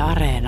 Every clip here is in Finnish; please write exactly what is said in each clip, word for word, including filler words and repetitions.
Areena.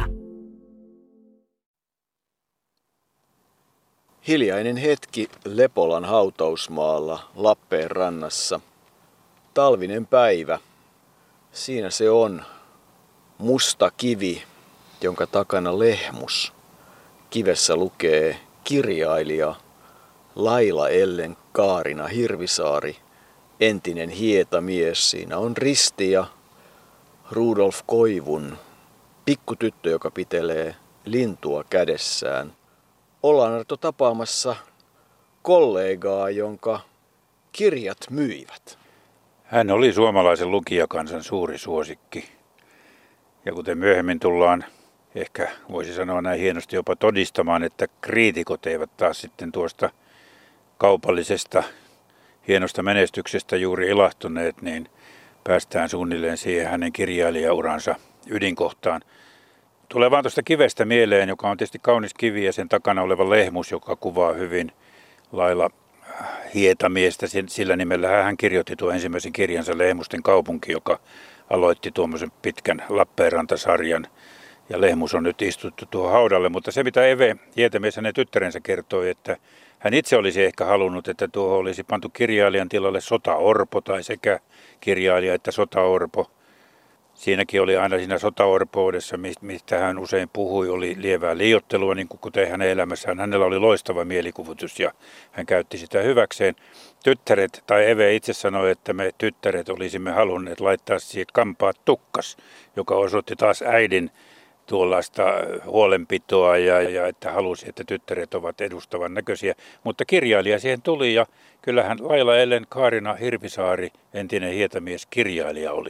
Hiljainen hetki Lepolan hautausmaalla Lappeenrannassa. Talvinen päivä. Siinä se on. Musta kivi, jonka takana lehmus. Kivessä lukee kirjailija Laila Ellen Kaarina Hirvisaari, entinen hietamies. Siinä on risti ja Rudolf Koivun pikkutyttö, joka pitelee lintua kädessään. Ollaan Arto tapaamassa kollegaa, jonka kirjat myivät. Hän oli suomalaisen lukijakansan suuri suosikki. Ja kuten myöhemmin tullaan, ehkä voisi sanoa näin hienosti jopa todistamaan, että kriitikot eivät taas sitten tuosta kaupallisesta hienosta menestyksestä juuri ilahtuneet, niin päästään suunnilleen siihen hänen kirjailijauransa ydinkohtaan. Tulee vaan tuosta kivestä mieleen, joka on tietysti kaunis kivi ja sen takana oleva lehmus, joka kuvaa hyvin lailla hietamiestä. Sillä nimellä hän kirjoitti tuon ensimmäisen kirjansa Lehmusten kaupunki, joka aloitti tuommoisen pitkän Lappeenranta-sarjan. Ja lehmus on nyt istuttu tuohon haudalle, mutta se mitä Eve Hietamies hänen tyttärensä kertoi, että hän itse olisi ehkä halunnut, että tuohon olisi pantu kirjailijan tilalle sotaorpo tai sekä kirjailija että sotaorpo. Siinäkin oli aina siinä sotaorpoudessa, mistä hän usein puhui, oli lievää liioittelua, niin kuin kuten hänen elämässään. Hänellä oli loistava mielikuvitus ja hän käytti sitä hyväkseen. Tyttäret, tai Eve itse sanoi, että me tyttäret olisimme halunneet laittaa siihen kampaa tukkas, joka osoitti taas äidin tuollaista huolenpitoa ja, ja että halusi, että tyttäret ovat edustavan näköisiä. Mutta kirjailija siihen tuli ja kyllähän Laila Ellen Kaarina Hirvisaari, entinen hietamies, kirjailija oli.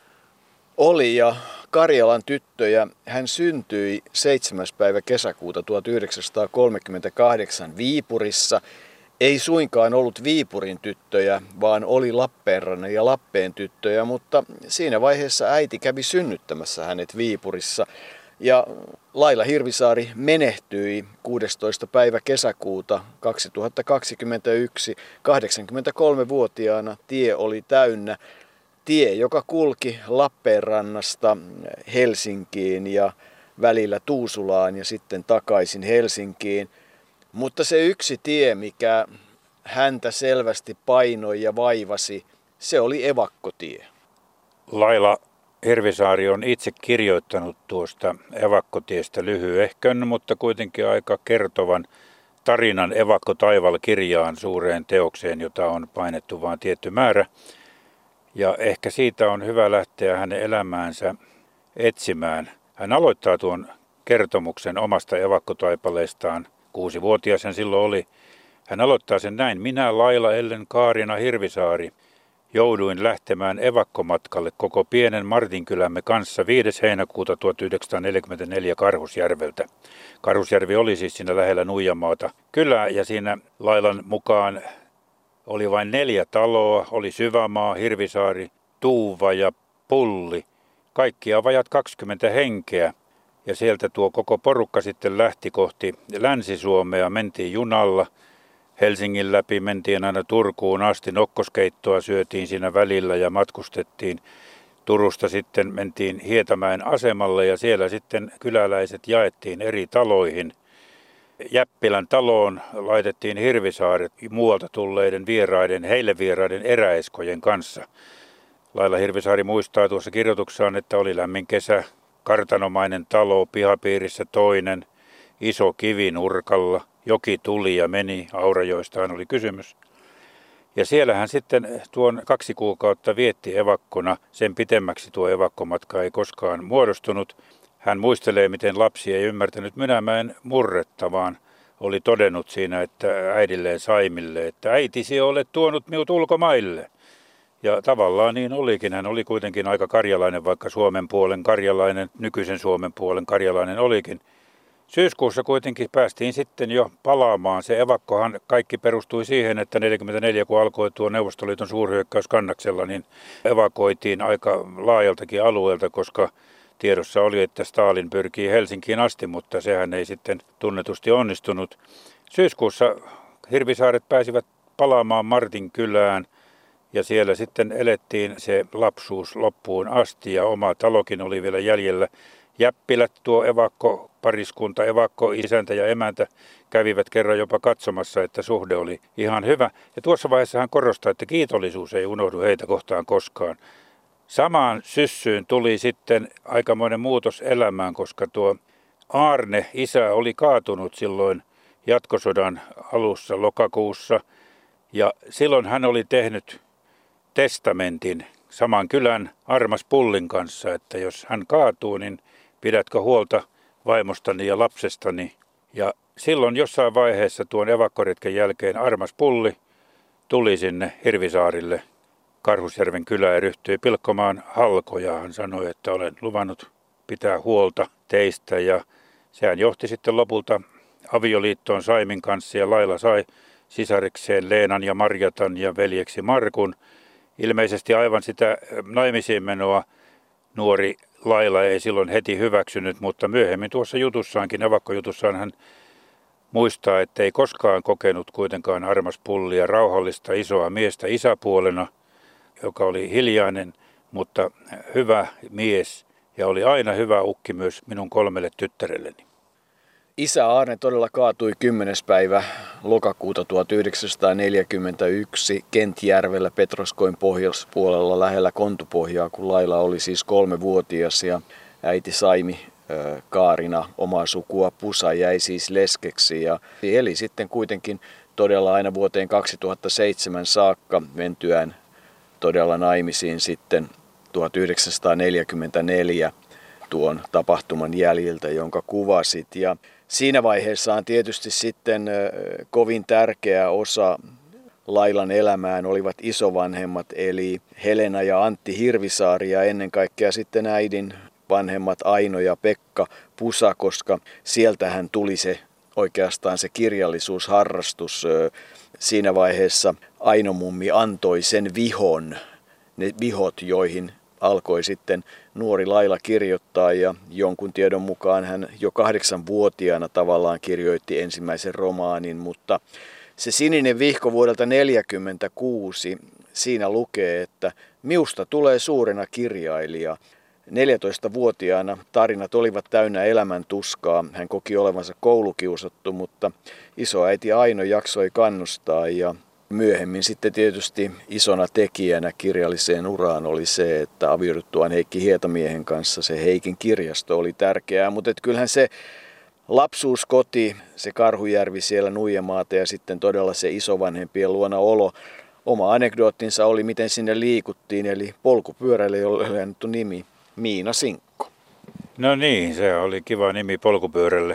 Oli ja Karjalan tyttöjä. Hän syntyi seitsemäs päivä kesäkuuta tuhatyhdeksänsataakolmekymmentäkahdeksan Viipurissa. Ei suinkaan ollut Viipurin tyttöjä, vaan oli Lappeenrannan ja Lappeen tyttöjä, mutta siinä vaiheessa äiti kävi synnyttämässä hänet Viipurissa. Ja Laila Hirvisaari menehtyi kuudestoista päivä kesäkuuta kaksituhattakaksikymmentäyksi. kahdeksankymmentäkolmevuotiaana tie oli täynnä. Tie, joka kulki Lappeenrannasta Helsinkiin ja välillä Tuusulaan ja sitten takaisin Helsinkiin. Mutta se yksi tie, mikä häntä selvästi painoi ja vaivasi, se oli evakkotie. Laila Hirvisaari on itse kirjoittanut tuosta evakkotiestä lyhyehkön, mutta kuitenkin aika kertovan tarinan Evakko taivaalla-kirjaan, suureen teokseen, jota on painettu vain tietty määrä. Ja ehkä siitä on hyvä lähteä hänen elämäänsä etsimään. Hän aloittaa tuon kertomuksen omasta evakkotaipaleestaan. Kuusivuotias hän silloin oli. Hän aloittaa sen näin. Minä Laila Ellen Kaarina Hirvisaari jouduin lähtemään evakkomatkalle koko pienen Martinkylämme kanssa viides heinäkuuta tuhatyhdeksänsataaneljäkymmentäneljä Karhusjärveltä. Karhusjärvi oli siis siinä lähellä Nuijamaata kylää ja siinä Lailan mukaan oli vain neljä taloa, oli Syvämaa, Hirvisaari, Tuuva ja Pulli. Kaikkia vajat kaksikymmentä henkeä. Ja sieltä tuo koko porukka sitten lähti kohti Länsi-Suomea, mentiin junalla. Helsingin läpi mentiin aina Turkuun asti, nokkoskeittoa syötiin siinä välillä ja matkustettiin. Turusta sitten mentiin Hietamäen asemalle ja siellä sitten kyläläiset jaettiin eri taloihin. Jäppilän taloon laitettiin Hirvisaaret muualta tulleiden vieraiden, heille vieraiden eräeskojen kanssa. Laila Hirvisaari muistaa tuossa kirjoituksessaan, että oli lämmin kesä, kartanomainen talo, pihapiirissä toinen, iso kivi nurkalla, joki tuli ja meni, Aurajoistaan oli kysymys. Ja siellä hän sitten tuon kaksi kuukautta vietti evakkona, sen pitemmäksi tuo evakkomatka ei koskaan muodostunut. Hän muistelee, miten lapsi ei ymmärtänyt Mynämäen murretta, vaan oli todennut siinä, että äidilleen Saimille, että äitisi olet tuonut minut ulkomaille. Ja tavallaan niin olikin. Hän oli kuitenkin aika karjalainen, vaikka Suomen puolen karjalainen, nykyisen Suomen puolen karjalainen olikin. Syyskuussa kuitenkin päästiin sitten jo palaamaan. Se evakkohan kaikki perustui siihen, että neljäkymmentäneljä kun alkoi tuo Neuvostoliiton suurhyökkäys Kannaksella, niin evakoitiin aika laajaltakin alueelta, koska tiedossa oli, että Stalin pyrkii Helsinkiin asti, mutta sehän ei sitten tunnetusti onnistunut. Syyskuussa Hirvisaaret pääsivät palaamaan Martinkylään ja siellä sitten elettiin se lapsuus loppuun asti ja oma talokin oli vielä jäljellä. Jäppilät, tuo evakko pariskunta, evakko isäntä ja emäntä kävivät kerran jopa katsomassa, että suhde oli ihan hyvä. Ja tuossa vaiheessa hän korostaa, että kiitollisuus ei unohdu heitä kohtaan koskaan. Samaan syssyyn tuli sitten aikamoinen muutos elämään, koska tuo Aarne, isä, oli kaatunut silloin jatkosodan alussa lokakuussa. Ja silloin hän oli tehnyt testamentin saman kylän Armas Pullin kanssa, että jos hän kaatuu, niin pidätkö huolta vaimostani ja lapsestani. Ja silloin jossain vaiheessa tuon evakkoretken jälkeen Armas Pulli tuli sinne Hirvisaarille Karhusjärven kylään ja ryhtyi pilkkomaan halkoja. Hän sanoi, että olen luvannut pitää huolta teistä, ja sehän johti sitten lopulta avioliittoon Saimin kanssa, ja Laila sai sisarikseen Leenan ja Marjatan ja veljeksi Markun. Ilmeisesti aivan sitä naimisiin menoa nuori Laila ei silloin heti hyväksynyt, mutta myöhemmin tuossa jutussaankin, evakkojutussaan, hän muistaa, että ei koskaan kokenut kuitenkaan Armas Pullia rauhallista isoa miestä isäpuolena, joka oli hiljainen, mutta hyvä mies ja oli aina hyvä ukki myös minun kolmelle tyttärelleni. Isä Aarne todella kaatui kymmenes päivä lokakuuta tuhatyhdeksänsataaneljäkymmentäyksi Kentjärvellä Petroskoin pohjoispuolella lähellä Kontupohjaa, kun Laila oli siis kolmevuotias ja äiti Saimi Kaarina, omaa sukua Pusa, jäi siis leskeksi ja eli sitten kuitenkin todella aina vuoteen kaksituhattaseitsemän saakka mentyään todella naimisiin sitten tuhatyhdeksänsataaneljäkymmentäneljä tuon tapahtuman jäljiltä, jonka kuvasit. Ja siinä vaiheessa on tietysti sitten kovin tärkeä osa Lailan elämään olivat isovanhemmat, eli Helena ja Antti Hirvisaari ja ennen kaikkea sitten äidin vanhemmat Aino ja Pekka Pusa, koska sieltähän tuli se oikeastaan se kirjallisuusharrastus. Siinä vaiheessa Aino mummi antoi sen vihon, ne vihot, joihin alkoi sitten nuori Laila kirjoittaa, ja jonkun tiedon mukaan hän jo kahdeksanvuotiaana tavallaan kirjoitti ensimmäisen romaanin, mutta se sininen vihko vuodelta neljäkymmentäkuusi, siinä lukee, että miusta tulee suurena kirjailija. neljätoistavuotiaana tarinat olivat täynnä elämäntuskaa. Hän koki olevansa koulukiusattu, mutta isoäiti Aino jaksoi kannustaa, ja myöhemmin sitten tietysti isona tekijänä kirjalliseen uraan oli se, että avioduttuaan Heikki Hietamiehen kanssa se Heikin kirjasto oli tärkeää, mutta kyllähän se lapsuuskoti, se Karhujärvi siellä Nuijamaata ja sitten todella se isovanhempien luona olo, oma anekdoottinsa oli, miten sinne liikuttiin, eli polkupyörälle, jolle oli annettu nimi Miina Sinkko. No niin, se oli kiva nimi polkupyörälle.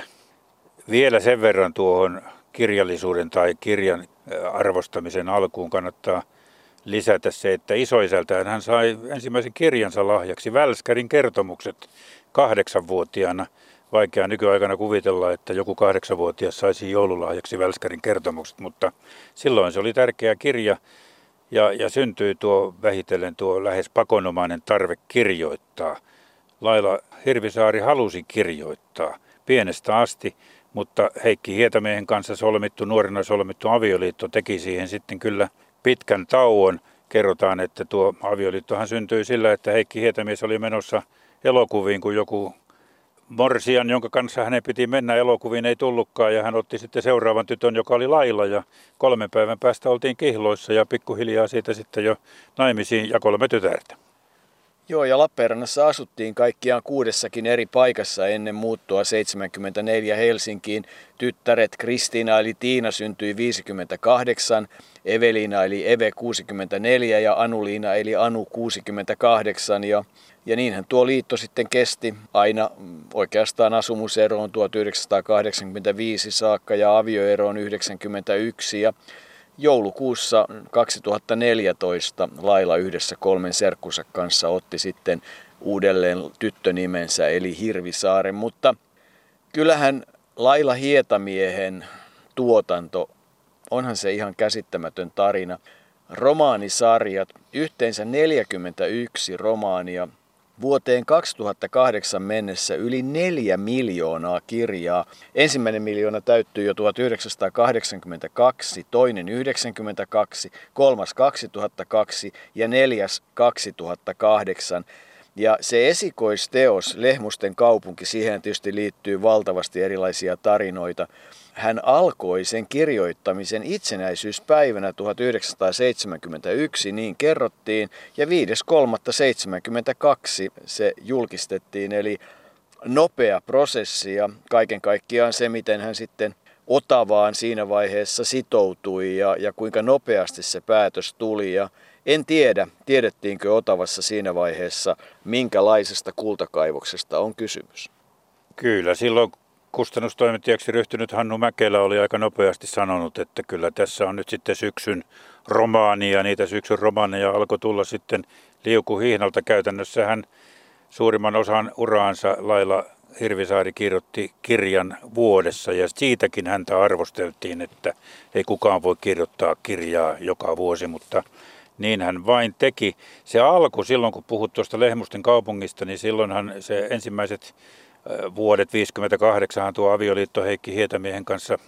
Vielä sen verran tuohon kirjallisuuden tai kirjan arvostamisen alkuun kannattaa lisätä se, että isoisältään hän sai ensimmäisen kirjansa lahjaksi, Välskärin kertomukset, kahdeksanvuotiaana. Vaikea nykyaikana kuvitella, että joku kahdeksanvuotias saisi joululahjaksi Välskärin kertomukset, mutta silloin se oli tärkeä kirja ja, ja syntyi tuo vähitellen tuo lähes pakonomainen tarve kirjoittaa. Laila Hirvisaari halusi kirjoittaa pienestä asti, mutta Heikki Hietamiehen kanssa solmittu, nuorena solmittu avioliitto teki siihen sitten kyllä pitkän tauon. Kerrotaan, että tuo avioliittohan syntyi sillä, että Heikki Hietamies oli menossa elokuviin, kun joku morsian, jonka kanssa hänen piti mennä elokuviin, ei tullutkaan, ja hän otti sitten seuraavan tytön, joka oli Laila, ja kolmen päivän päästä oltiin kihloissa ja pikkuhiljaa siitä sitten jo naimisiin ja kolme tytärtä. Joo, ja Lappeenrannassa asuttiin kaikkiaan kuudessakin eri paikassa ennen muuttoa seitsemänkymmentäneljä Helsinkiin. Tyttäret Kristiina eli Tiina syntyi viisikymmentäkahdeksan, Eveliina eli Eve kuusikymmentäneljä ja Anuliina eli Anu kuusikymmentäkahdeksan. Ja, ja niinhän tuo liitto sitten kesti aina oikeastaan asumuseroon tuhatyhdeksänsataakahdeksankymmentäviisi saakka ja avioeroon yhdeksänkymmentäyksi. Ja joulukuussa kaksituhattaneljätoista Laila yhdessä kolmen serkkunsa kanssa otti sitten uudelleen tyttönimensä eli Hirvisaaren, mutta kyllähän Laila Hietamiehen tuotanto, onhan se ihan käsittämätön tarina. Romaanisarjat, yhteensä neljäkymmentäyksi romaania, vuoteen kaksituhattakahdeksan mennessä yli neljä miljoonaa kirjaa. Ensimmäinen miljoona täyttyi jo tuhatyhdeksänsataakahdeksankymmentäkaksi, toinen yhdeksänkymmentäkaksi, kolmas kaksituhattakaksi ja neljäs kaksituhattakahdeksan. Ja se esikoisteos, Lehmusten kaupunki, siihen tietysti liittyy valtavasti erilaisia tarinoita. Hän alkoi sen kirjoittamisen itsenäisyyspäivänä tuhatyhdeksänsataaseitsemänkymmentäyksi, niin kerrottiin, ja viides kolmatta seitsemänkymmentäkaksi se julkistettiin, eli nopea prosessi ja kaiken kaikkiaan se, miten hän sitten Otavaan siinä vaiheessa sitoutui ja, ja kuinka nopeasti se päätös tuli. Ja en tiedä, tiedettiinkö Otavassa siinä vaiheessa, minkälaisesta kultakaivoksesta on kysymys. Kyllä, silloin kustannustoimittajaksi ryhtynyt Hannu Mäkelä oli aika nopeasti sanonut, että kyllä tässä on nyt sitten syksyn romaani, ja niitä syksyn romaaneja alkoi tulla sitten liukuhihnalta. Käytännössä hän suurimman osan uraansa Laila Hirvisaari kirjoitti kirjan vuodessa, ja siitäkin häntä arvosteltiin, että ei kukaan voi kirjoittaa kirjaa joka vuosi, mutta niin hän vain teki. Se alku silloin, kun puhut tuosta Lehmusten kaupungista, niin silloinhan se ensimmäiset vuodet viisikymmentäkahdeksan tuo avioliitto Heikki Hietamiehen kanssa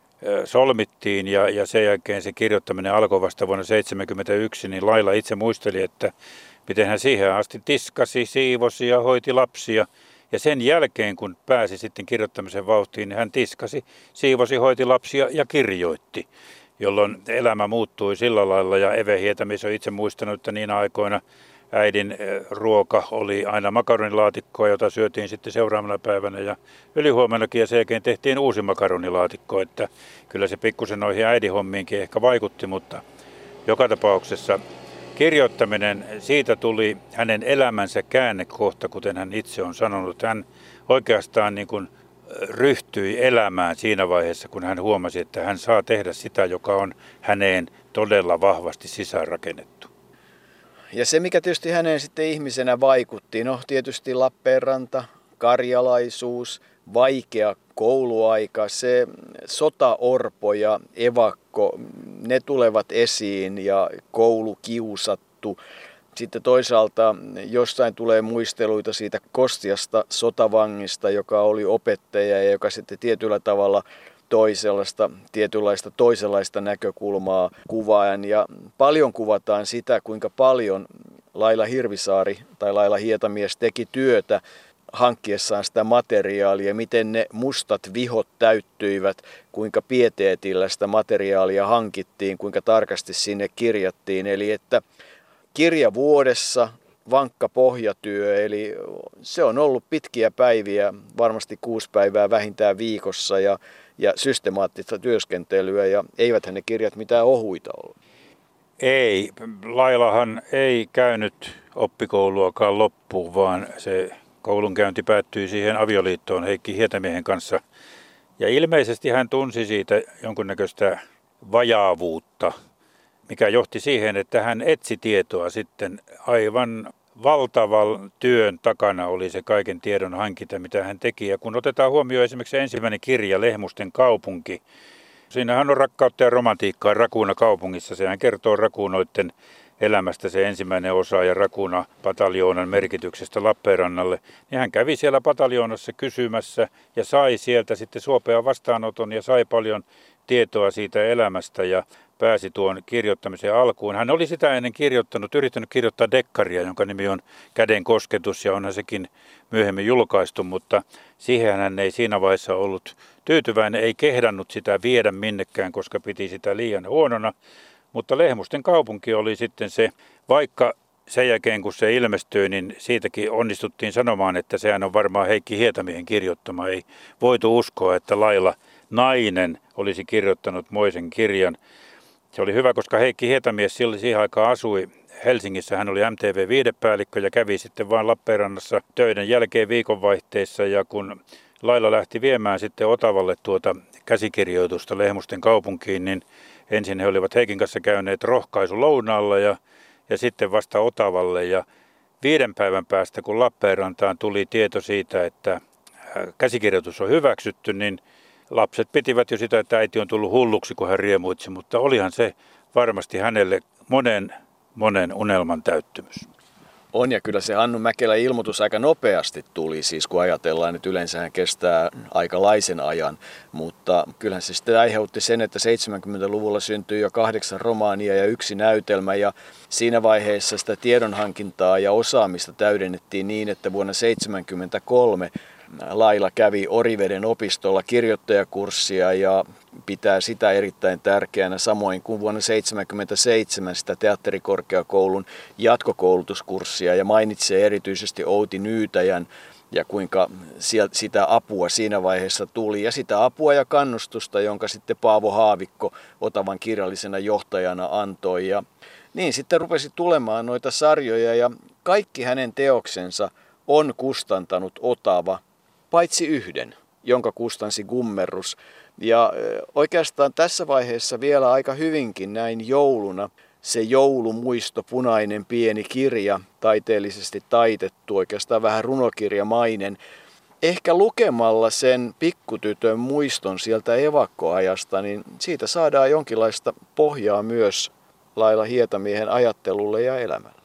solmittiin, ja, ja sen jälkeen se kirjoittaminen alkoi vasta vuonna seitsemänkymmentäyksi, niin Laila itse muisteli, että miten hän siihen asti tiskasi, siivosi ja hoiti lapsia. Ja sen jälkeen, kun pääsi sitten kirjoittamisen vauhtiin, niin hän tiskasi, siivosi, hoiti lapsia ja kirjoitti, jolloin elämä muuttui sillä lailla. Ja Eve Hietamies on itse muistanut, että niinä aikoina äidin ruoka oli aina makaronilaatikkoa, jota syötiin sitten seuraavana päivänä, ja ylihuomennakin, ja sen jälkeen tehtiin uusi makaronilaatikko, että kyllä se pikkusen noihin äidinhommiinkin ehkä vaikutti, mutta joka tapauksessa kirjoittaminen, siitä tuli hänen elämänsä käännekohta, kuten hän itse on sanonut. Hän oikeastaan niin kuin ryhtyi elämään siinä vaiheessa, kun hän huomasi, että hän saa tehdä sitä, joka on häneen todella vahvasti sisäänrakennettu. Ja se, mikä tietysti häneen sitten ihmisenä vaikutti, no tietysti Lappeenranta, karjalaisuus, vaikea kouluaika, se sotaorpo ja evakko, ne tulevat esiin ja koulu kiusattu. Sitten toisaalta jossain tulee muisteluita siitä Kostiasta sotavangista, joka oli opettaja ja joka sitten tietyllä tavalla toi sellaista tietynlaista toisenlaista näkökulmaa kuvaan. Ja paljon kuvataan sitä, kuinka paljon Laila Hirvisaari tai Laila Hietamies teki työtä hankkiessaan sitä materiaalia, miten ne mustat vihot täyttyivät, kuinka pieteetillä sitä materiaalia hankittiin, kuinka tarkasti sinne kirjattiin. Eli että kirja vuodessa, vankka pohjatyö, eli se on ollut pitkiä päiviä, varmasti kuusi päivää vähintään viikossa ja, ja systemaattista työskentelyä, ja eiväthän ne kirjat mitään ohuita ole. Ei, Lailahan ei käynyt oppikouluakaan loppuun, vaan se koulunkäynti päättyi siihen avioliittoon Heikki Hietamiehen kanssa. Ja ilmeisesti hän tunsi siitä jonkunnäköistä vajaavuutta, mikä johti siihen, että hän etsi tietoa sitten. Aivan valtavan työn takana oli se kaiken tiedon hankinta, mitä hän teki. Ja kun otetaan huomioon esimerkiksi ensimmäinen kirja, Lehmusten kaupunki, siinähän on rakkautta ja romantiikkaa Rakuuna kaupungissa. Sehän kertoo rakuunoiden elämästä se ensimmäinen osa ja Rakuuna-pataljoonan merkityksestä Lappeenrannalle. Niin hän kävi siellä pataljoonassa kysymässä ja sai sieltä sitten suopean vastaanoton ja sai paljon tietoa siitä elämästä ja pääsi tuon kirjoittamisen alkuun. Hän oli sitä ennen kirjoittanut, yrittänyt kirjoittaa dekkaria, jonka nimi on Käden kosketus, ja onhan sekin myöhemmin julkaistu, mutta siihen hän ei siinä vaiheessa ollut tyytyväinen, ei kehdannut sitä viedä minnekään, koska piti sitä liian huonona. Mutta Lehmusten kaupunki oli sitten se, vaikka sen jälkeen kun se ilmestyi, niin siitäkin onnistuttiin sanomaan, että sehän on varmaan Heikki Hietamiehen kirjoittama. Ei voitu uskoa, että Laila nainen olisi kirjoittanut moisen kirjan. Se oli hyvä, koska Heikki Hietamies silloin siihen aikaan asui Helsingissä. Hän oli M T V-viihdepäällikkö ja kävi sitten vain Lappeenrannassa töiden jälkeen viikonvaihteessa. Ja kun Laila lähti viemään sitten Otavalle tuota käsikirjoitusta Lehmusten kaupunkiin, niin ensin he olivat Heikin kanssa käyneet rohkaisulounaalla ja, ja sitten vasta Otavalle. Ja viiden päivän päästä, kun Lappeenrantaan tuli tieto siitä, että käsikirjoitus on hyväksytty, niin lapset pitivät jo sitä, että äiti on tullut hulluksi, kun hän riemuitsi, mutta olihan se varmasti hänelle monen, monen unelman täyttymys. On, ja kyllä se Hannu Mäkelän ilmoitus aika nopeasti tuli, siis kun ajatellaan, että yleensähän kestää aikalaisen ajan, mutta kyllähän se sitten aiheutti sen, että seitsemänkymmentäluvulla syntyi jo kahdeksan romaania ja yksi näytelmä, ja siinä vaiheessa sitä tiedonhankintaa ja osaamista täydennettiin niin, että vuonna seitsemänkymmentäkolme Laila kävi Oriveden opistolla kirjoittajakurssia ja pitää sitä erittäin tärkeänä, samoin kuin vuonna seitsemänkymmentäseitsemän sitä teatterikorkeakoulun jatkokoulutuskurssia ja mainitsee erityisesti Outi Nyytäjän ja kuinka sitä apua siinä vaiheessa tuli ja sitä apua ja kannustusta, jonka sitten Paavo Haavikko Otavan kirjallisena johtajana antoi. Ja niin sitten rupesi tulemaan noita sarjoja ja kaikki hänen teoksensa on kustantanut Otava, paitsi yhden, jonka kustansi Gummerus. Ja oikeastaan tässä vaiheessa vielä aika hyvinkin näin jouluna se joulumuisto, punainen pieni kirja, taiteellisesti taitettu, oikeastaan vähän runokirjamainen. Ehkä lukemalla sen pikkutytön muiston sieltä evakkoajasta, niin siitä saadaan jonkinlaista pohjaa myös Laila Hietamiehen ajattelulle ja elämälle.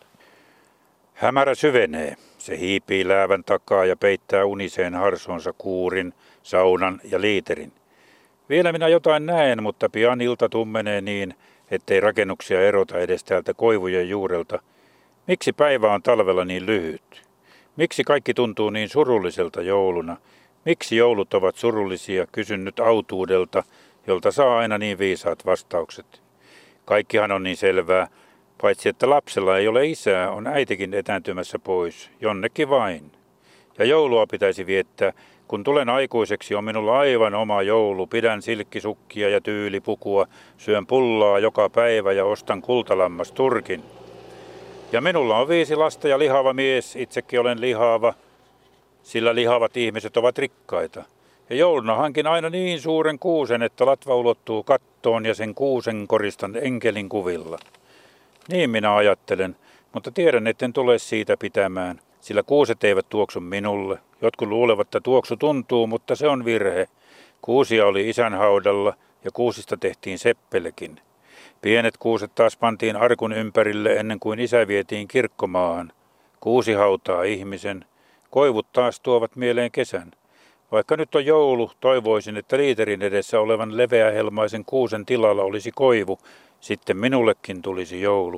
Hämärä syvenee. Se hiipii läävän takaa ja peittää uniseen harsonsa kuurin, saunan ja liiterin. Vielä minä jotain näen, mutta pian ilta tummenee niin, ettei rakennuksia erota edes täältä koivujen juurelta. Miksi päivä on talvella niin lyhyt? Miksi kaikki tuntuu niin surulliselta jouluna? Miksi joulut ovat surullisia, kysyn nyt autuudelta, jolta saa aina niin viisaat vastaukset. Kaikkihan on niin selvää, paitsi että lapsella ei ole isää, on äitikin etääntymässä pois, jonnekin vain. Ja joulua pitäisi viettää. Kun tulen aikuiseksi, on minulla aivan oma joulu. Pidän silkkisukkia ja tyylipukua, syön pullaa joka päivä ja ostan kultalammas turkin. Ja minulla on viisi lasta ja lihava mies, itsekin olen lihava, sillä lihavat ihmiset ovat rikkaita. Ja jouluna hankin aina niin suuren kuusen, että latva ulottuu kattoon ja sen kuusen koristan enkelin kuvilla. Niin minä ajattelen, mutta tiedän, etten tule siitä pitämään. Sillä kuuset eivät tuoksu minulle. Jotkut luulevat, että tuoksu tuntuu, mutta se on virhe. Kuusia oli isän haudalla ja kuusista tehtiin seppelekin. Pienet kuuset taas pantiin arkun ympärille ennen kuin isä vietiin kirkkomaahan. Kuusi hautaa ihmisen. Koivut taas tuovat mieleen kesän. Vaikka nyt on joulu, toivoisin, että liiterin edessä olevan leveähelmaisen kuusen tilalla olisi koivu. Sitten minullekin tulisi joulu.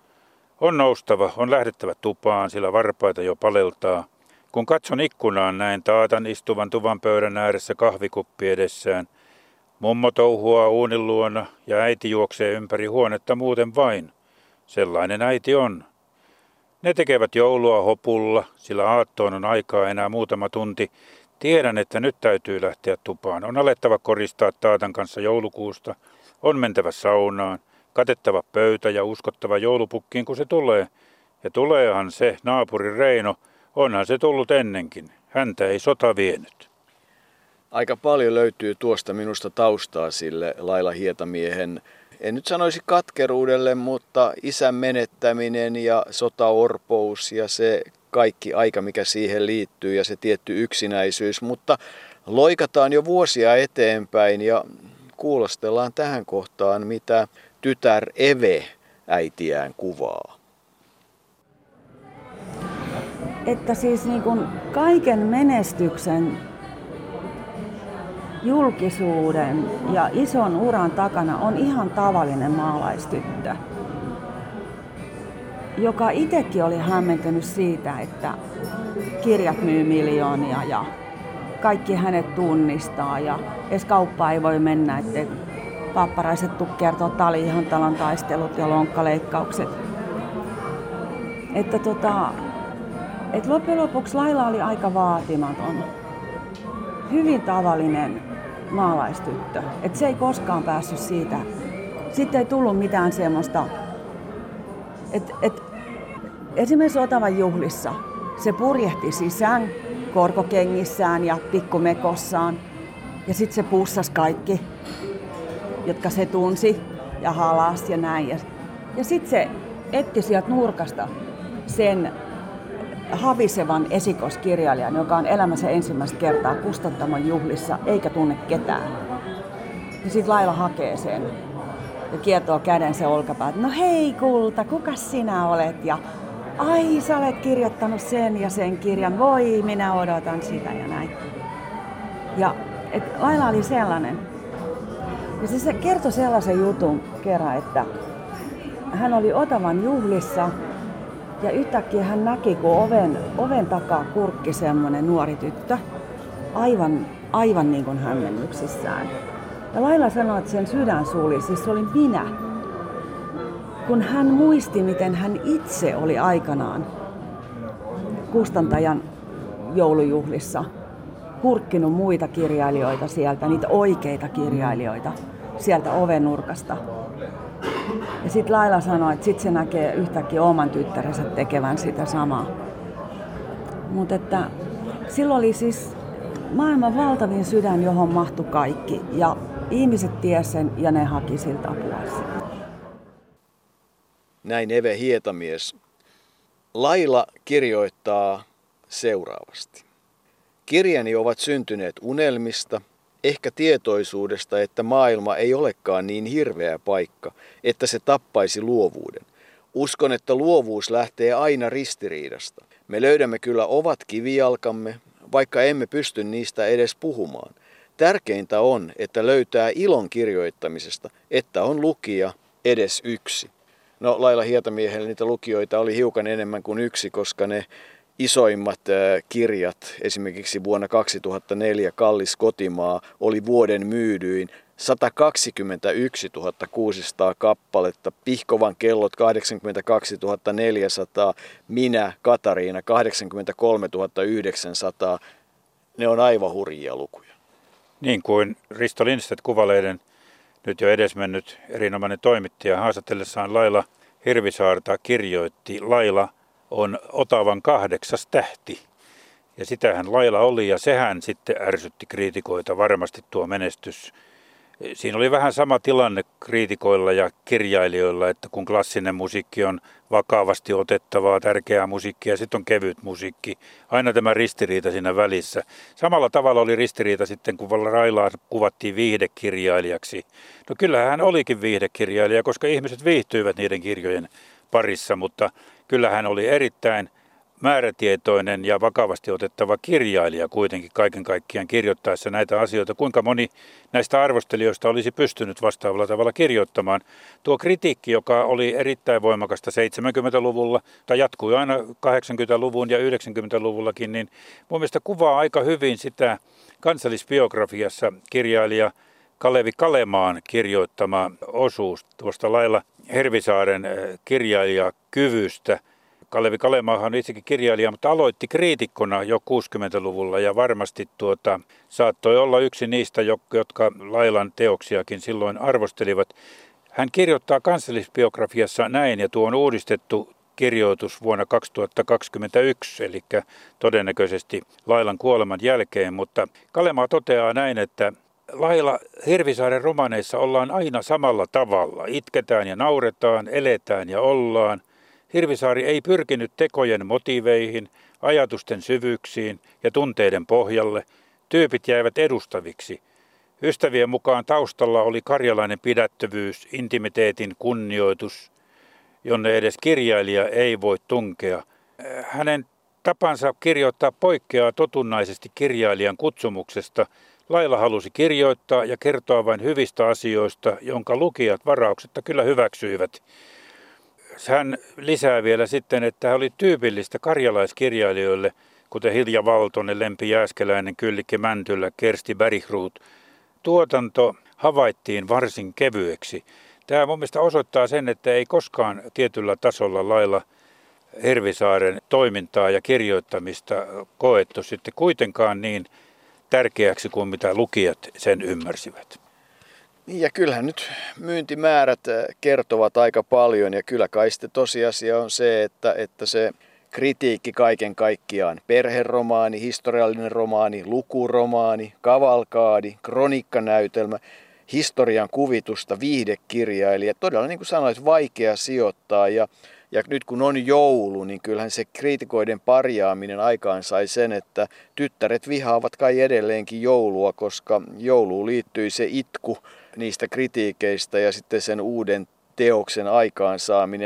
On noustava, on lähdettävä tupaan, sillä varpaita jo paleltaa. Kun katson ikkunaan, näen taatan istuvan tuvan pöydän ääressä kahvikuppi edessään. Mummo touhuaa uunin luona ja äiti juoksee ympäri huonetta muuten vain. Sellainen äiti on. Ne tekevät joulua hopulla, sillä aattoon on aikaa enää muutama tunti. Tiedän, että nyt täytyy lähteä tupaan. On alettava koristaa taatan kanssa joulukuusta. On mentävä saunaan. Katettava pöytä ja uskottava joulupukkiin, kun se tulee. Ja tuleehan se, naapuri Reino, onhan se tullut ennenkin. Häntä ei sota vienyt. Aika paljon löytyy tuosta minusta taustaa sille Laila Hietamiehen, en nyt sanoisi katkeruudelle, mutta isän menettäminen ja sotaorpous ja se kaikki aika, mikä siihen liittyy ja se tietty yksinäisyys. Mutta loikataan jo vuosia eteenpäin ja kuulostellaan tähän kohtaan, mitä tytär Eve äitiään kuvaa. Että siis niin kuin kaiken menestyksen, julkisuuden ja ison uran takana on ihan tavallinen maalaistyttö, joka itsekin oli hämmentynyt siitä, että kirjat myy miljoonia ja kaikki hänet tunnistaa ja edes kauppaan ei voi mennä, ettei papparaiset tuu kertoo Taliihantalon taistelut ja lonkkaleikkaukset. Että tota, et loppujen lopuksi Laila oli aika vaatimaton, hyvin tavallinen maalaistyttö. Et se ei koskaan päässyt siitä. Sitten ei tullut mitään semmoista. Et, et, esimerkiksi Otavan juhlissa se purjehti sisään korkokengissään ja pikkumekossaan. Ja sitten se pussasi kaikki, jotka se tunsi ja halasi ja näin. Ja, ja sitten se etsi sieltä nurkasta sen havisevan esikoiskirjailijan, joka on elämänsä ensimmäistä kertaa kustantamon juhlissa eikä tunne ketään. Ja sitten Laila hakee sen ja kiertoo käden se olkapäät. No hei kulta, kukas sinä olet? Ja ai sä olet kirjoittanut sen ja sen kirjan, voi minä odotan sitä ja näin. Ja et Laila oli sellainen. Ja se, se kertoi sellaisen jutun kerran, että hän oli Otavan juhlissa ja yhtäkkiä hän näki, kun oven, oven takaa kurkki semmoinen nuori tyttö, aivan, aivan niin kuin hämmennyksissään. Ja Laila sanoi, että sen sydän suli, siis se oli minä. Kun hän muisti, miten hän itse oli aikanaan kustantajan joulujuhlissa kurkkinut muita kirjailijoita sieltä, niitä oikeita kirjailijoita sieltä oven nurkasta. Ja sitten Laila sanoi, että sitten se näkee yhtäkkiä oman tyttärensä tekevän sitä samaa. Mutta että silloin oli siis maailman valtavin sydän, johon mahtui kaikki. Ja ihmiset tiesi sen ja ne haki siltä apua. Näin Eve Hietamies. Laila kirjoittaa seuraavasti. Kirjani ovat syntyneet unelmista, ehkä tietoisuudesta, että maailma ei olekaan niin hirveä paikka, että se tappaisi luovuuden. Uskon, että luovuus lähtee aina ristiriidasta. Me löydämme kyllä ovat kivijalkamme, vaikka emme pysty niistä edes puhumaan. Tärkeintä on, että löytää ilon kirjoittamisesta, että on lukija edes yksi. No Laila Hietamiehellä niitä lukijoita oli hiukan enemmän kuin yksi, koska ne isoimmat kirjat, esimerkiksi vuonna kaksituhattaneljä Kallis kotimaa, oli vuoden myydyin sata kaksikymmentäyksituhatta kuusisataa kappaletta, Pihkovan kellot kahdeksankymmentäkaksituhatta neljäsataa, Minä, Katariina kahdeksankymmentäkolmetuhatta yhdeksänsataa. Ne on aivan hurjia lukuja. Niin kuin Risto Lindstedt, Kuvalehden nyt jo edesmennyt erinomainen toimittaja, haastatellessaan Laila Hirvisaarta kirjoitti, Laila on Otavan kahdeksas tähti. Ja sitähän Laila oli, ja sehän sitten ärsytti kriitikoita varmasti tuo menestys. Siinä oli vähän sama tilanne kriitikoilla ja kirjailijoilla, että kun klassinen musiikki on vakavasti otettavaa, tärkeää musiikkia, sitten on kevyt musiikki. Aina tämä ristiriita siinä välissä. Samalla tavalla oli ristiriita sitten, kun Lailaa kuvattiin viihdekirjailijaksi. No kyllähän hän olikin viihdekirjailija, koska ihmiset viihtyivät niiden kirjojen parissa, mutta kyllähän oli erittäin määrätietoinen ja vakavasti otettava kirjailija kuitenkin kaiken kaikkiaan kirjoittaessa näitä asioita. Kuinka moni näistä arvostelijoista olisi pystynyt vastaavalla tavalla kirjoittamaan. Tuo kritiikki, joka oli erittäin voimakasta seitsemänkymmentäluvulla tai jatkui aina kahdeksankymmentäluvun ja yhdeksänkymmentäluvullakin, niin mun mielestä kuvaa aika hyvin sitä kansallisbiografiassa kirjailija Kalevi Kalemaan kirjoittama osuus tuosta Laila Hirvisaaren kirjailijakyvystä. Kalevi Kalemaahan on itsekin kirjailija, mutta aloitti kriitikkona jo kuusikymmentäluvulla ja varmasti tuota, saattoi olla yksi niistä, jotka Lailan teoksiakin silloin arvostelivat. Hän kirjoittaa kansallisbiografiassa näin, ja tuo on uudistettu kirjoitus vuonna kaksituhattakaksikymmentäyksi, eli todennäköisesti Lailan kuoleman jälkeen, mutta Kalemaa toteaa näin, että Laila Hirvisaaren romaaneissa ollaan aina samalla tavalla. Itketään ja nauretaan, eletään ja ollaan. Hirvisaari ei pyrkinyt tekojen motiiveihin, ajatusten syvyyksiin ja tunteiden pohjalle. Tyypit jäivät edustaviksi. Ystävien mukaan taustalla oli karjalainen pidättyvyys, intimiteetin kunnioitus, jonne edes kirjailija ei voi tunkea. Hänen tapansa kirjoittaa poikkeaa totunnaisesti kirjailijan kutsumuksesta. Laila halusi kirjoittaa ja kertoa vain hyvistä asioista, jonka lukijat varauksetta kyllä hyväksyivät. Hän lisää vielä sitten, että hän oli tyypillistä karjalaiskirjailijoille, kuten Hilja Valtonen, Lempi Jääskeläinen, Kyllikki Mäntylä, Kersti Bergruut. Tuotanto havaittiin varsin kevyeksi. Tämä mun mielestä osoittaa sen, että ei koskaan tietyllä tasolla Laila Hirvisaaren toimintaa ja kirjoittamista koettu sitten kuitenkaan niin tärkeäksi kuin mitä lukijat sen ymmärsivät. Ja kyllähän nyt myyntimäärät kertovat aika paljon, ja kyllä kai sitten tosiasia on se, että, että se kritiikki kaiken kaikkiaan, perheromaani, historiallinen romaani, lukuromaani, kavalkaadi, kronikkanäytelmä, historian kuvitusta, viihdekirjailija, todella niin kuin sanoit, vaikea sijoittaa, ja Ja nyt kun on joulu, niin kyllähän se kriitikoiden parjaaminen aikaan sai sen, että tyttäret vihaavat kai edelleenkin joulua, koska jouluun liittyy se itku niistä kritiikeistä ja sitten sen uuden teoksen aikaansaaminen.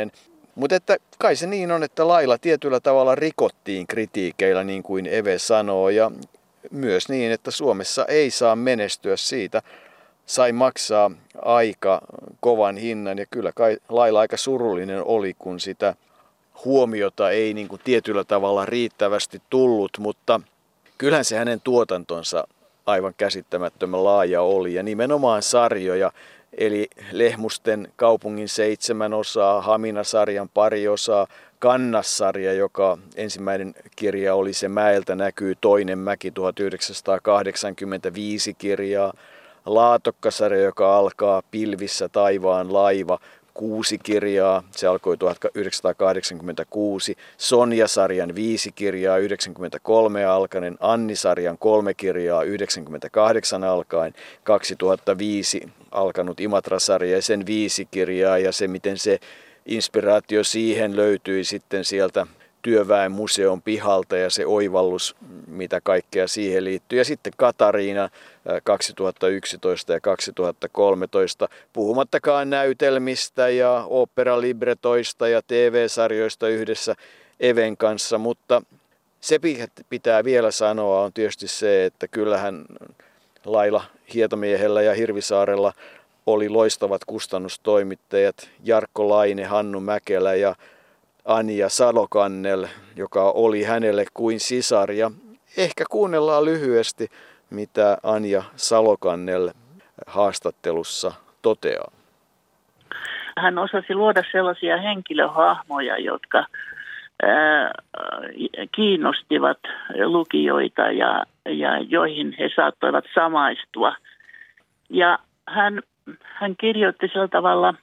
Mutta että kai se niin on, että lailla tietyllä tavalla rikottiin kritiikeillä, niin kuin Eve sanoo, ja myös niin, että Suomessa ei saa menestyä siitä. Sai maksaa aika kovan hinnan ja kyllä kai lailla aika surullinen oli, kun sitä huomiota ei niin kuin tietyllä tavalla riittävästi tullut, mutta kyllähän se hänen tuotantonsa aivan käsittämättömän laaja oli ja nimenomaan sarjoja, eli Lehmusten kaupungin seitsemän osaa, Hamina-sarjan pari osaa, Kannassarja, joka ensimmäinen kirja oli Se mäeltä näkyy, toinen mäki tuhatyhdeksänsataakahdeksankymmentäviisi kirjaa, Laatokkasarja, joka alkaa Pilvissä taivaan laiva, kuusi kirjaa, se alkoi tuhatyhdeksänsataakahdeksankymmentäkuusi, Sonja-sarjan viisi kirjaa, yhdeksänkymmentäkolme alkainen, Anni-sarjan kolme kirjaa, yhdeksänkymmentäkahdeksan alkaen, kaksituhattaviisi alkanut Imatra-sarja ja sen viisi kirjaa ja se, miten se inspiraatio siihen löytyi sitten sieltä Työväen museon pihalta ja se oivallus, mitä kaikkea siihen liittyy. Ja sitten Katariina kaksituhattayksitoista ja kaksituhattakolmetoista, puhumattakaan näytelmistä ja oopperalibretoista ja T V-sarjoista yhdessä Even kanssa, mutta se pitää vielä sanoa on tietysti se, että kyllähän Laila Hietamiehellä ja Hirvisaarella oli loistavat kustannustoimittajat Jarkko Laine, Hannu Mäkelä ja Anja Salokannel, joka oli hänelle kuin sisar. Ja ehkä kuunnellaan lyhyesti, mitä Anja Salokannel haastattelussa toteaa. Hän osasi luoda sellaisia henkilöhahmoja, jotka ää, kiinnostivat lukijoita ja, ja joihin he saattoivat samaistua. Ja hän, hän kirjoitti sillä tavalla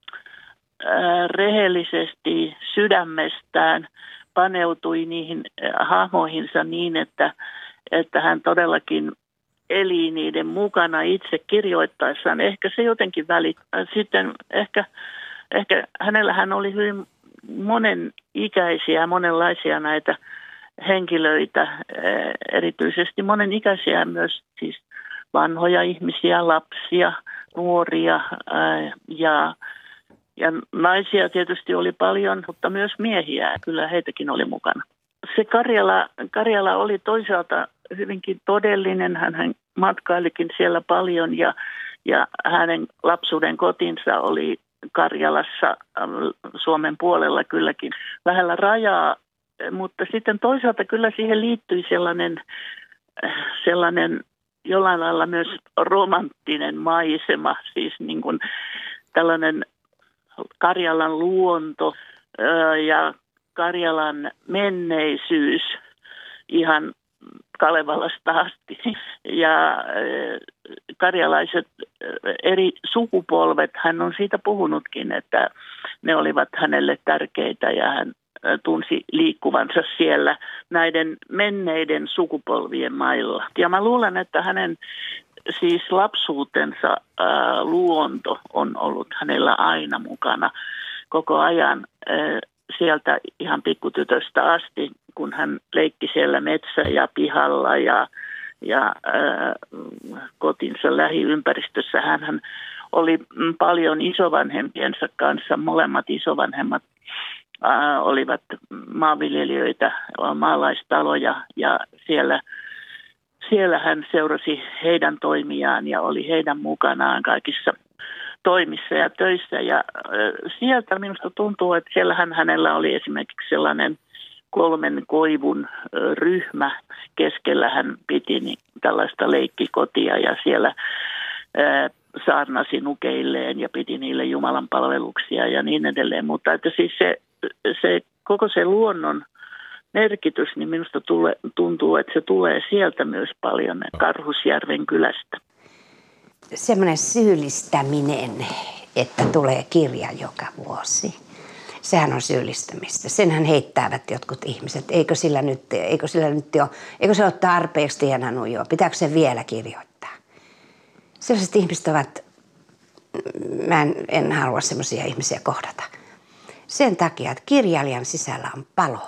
rehellisesti sydämestään, paneutui niihin hahmoihinsa niin, että, että hän todellakin eli niiden mukana itse kirjoittaessaan. Ehkä se jotenkin välittää. Sitten ehkä, ehkä hänellähän oli hyvin monenikäisiä, monenlaisia näitä henkilöitä, erityisesti monenikäisiä myös siis vanhoja ihmisiä, lapsia, nuoria ja Ja naisia tietysti oli paljon, mutta myös miehiä, kyllä heitäkin oli mukana. Se Karjala, Karjala oli toisaalta hyvinkin todellinen, hän matkailikin siellä paljon ja, ja hänen lapsuuden kotinsa oli Karjalassa, Suomen puolella kylläkin, lähellä rajaa, mutta sitten toisaalta kyllä siihen liittyi sellainen, sellainen jollain lailla myös romanttinen maisema, siis niin kuin tällainen Karjalan luonto ja Karjalan menneisyys ihan Kalevalasta asti. Ja karjalaiset eri sukupolvet, hän on siitä puhunutkin, että ne olivat hänelle tärkeitä ja hän tunsi liikkuvansa siellä näiden menneiden sukupolvien mailla. Ja mä luulen, että hänen siis lapsuutensa ää, luonto on ollut hänellä aina mukana koko ajan ää, sieltä ihan pikkutytöstä asti, kun hän leikki siellä metsä ja pihalla ja, ja ää, kotinsa lähiympäristössä. Hän oli paljon isovanhempiensa kanssa, molemmat isovanhemmat ää, olivat maanviljelijöitä, maalaistaloja ja siellä Siellä hän seurasi heidän toimiaan ja oli heidän mukanaan kaikissa toimissa ja töissä. Ja sieltä minusta tuntuu, että siellähän hänellä oli esimerkiksi sellainen kolmen koivun ryhmä. Keskellä hän piti niin tällaista leikkikotia ja siellä saarnasi nukeilleen ja piti niille Jumalan palveluksia ja niin edelleen. Mutta että siis se, se koko se luonnon merkitys, niin minusta tule, tuntuu, että se tulee sieltä myös paljon Karhusjärven kylästä. Semmoinen syyllistäminen, että tulee kirja joka vuosi. Sehän on syyllistämistä. Senhän heittävät jotkut ihmiset. Eikö sillä nyt, eikö sillä nyt jo, eikö se ole tarpeeksi tienannut jo? Pitääkö se vielä kirjoittaa? Sellaiset ihmiset ovat, mä en, en halua semmoisia ihmisiä kohdata. Sen takia, että kirjailijan sisällä on palo.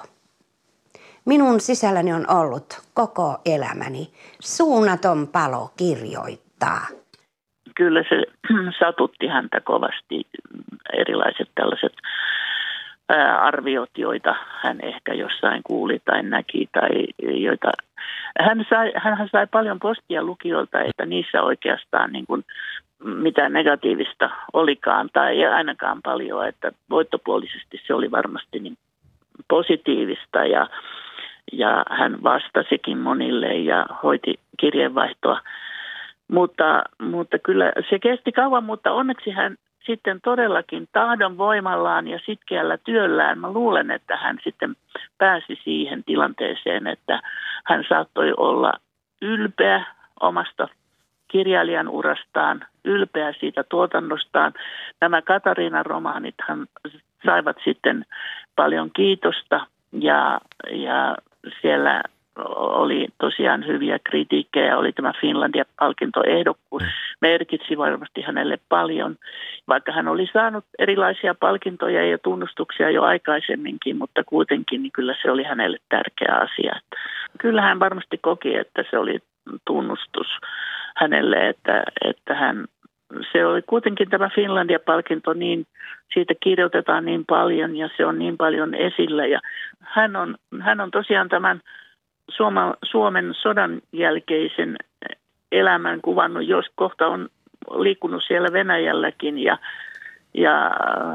Minun sisälläni on ollut koko elämäni suunnaton palo kirjoittaa. Kyllä se satutti häntä kovasti, erilaiset tällaiset arviot, joita hän ehkä jossain kuuli tai näki tai joita hän sai, hän sai paljon postia lukijoilta, että niissä oikeastaan niin kuin mitään negatiivista olikaan tai ainakaan paljon, että voittopuolisesti se oli varmasti niin positiivista ja, ja hän vastasikin monille ja hoiti kirjeenvaihtoa. Mutta, mutta kyllä se kesti kauan, mutta onneksi hän sitten todellakin tahdon voimallaan ja sitkeällä työllään, mä luulen, että hän sitten pääsi siihen tilanteeseen, että hän saattoi olla ylpeä omasta kirjailijan urastaan, ylpeä siitä tuotannostaan. Nämä Katariinan romaanithan saivat sitten paljon kiitosta ja, ja siellä oli tosiaan hyviä kritiikkejä, oli tämä Finlandia-palkintoehdokkuus, merkitsi varmasti hänelle paljon, vaikka hän oli saanut erilaisia palkintoja ja tunnustuksia jo aikaisemminkin, mutta kuitenkin niin kyllä se oli hänelle tärkeä asia. Kyllä hän varmasti koki, että se oli tunnustus hänelle, että, että hän, se oli kuitenkin tämä Finlandia-palkinto, niin siitä kirjoitetaan niin paljon ja se on niin paljon esillä ja hän on, hän on tosiaan tämän Suomen sodan jälkeisen elämän kuvannut, jos kohta on liikkunut siellä Venäjälläkin ja, ja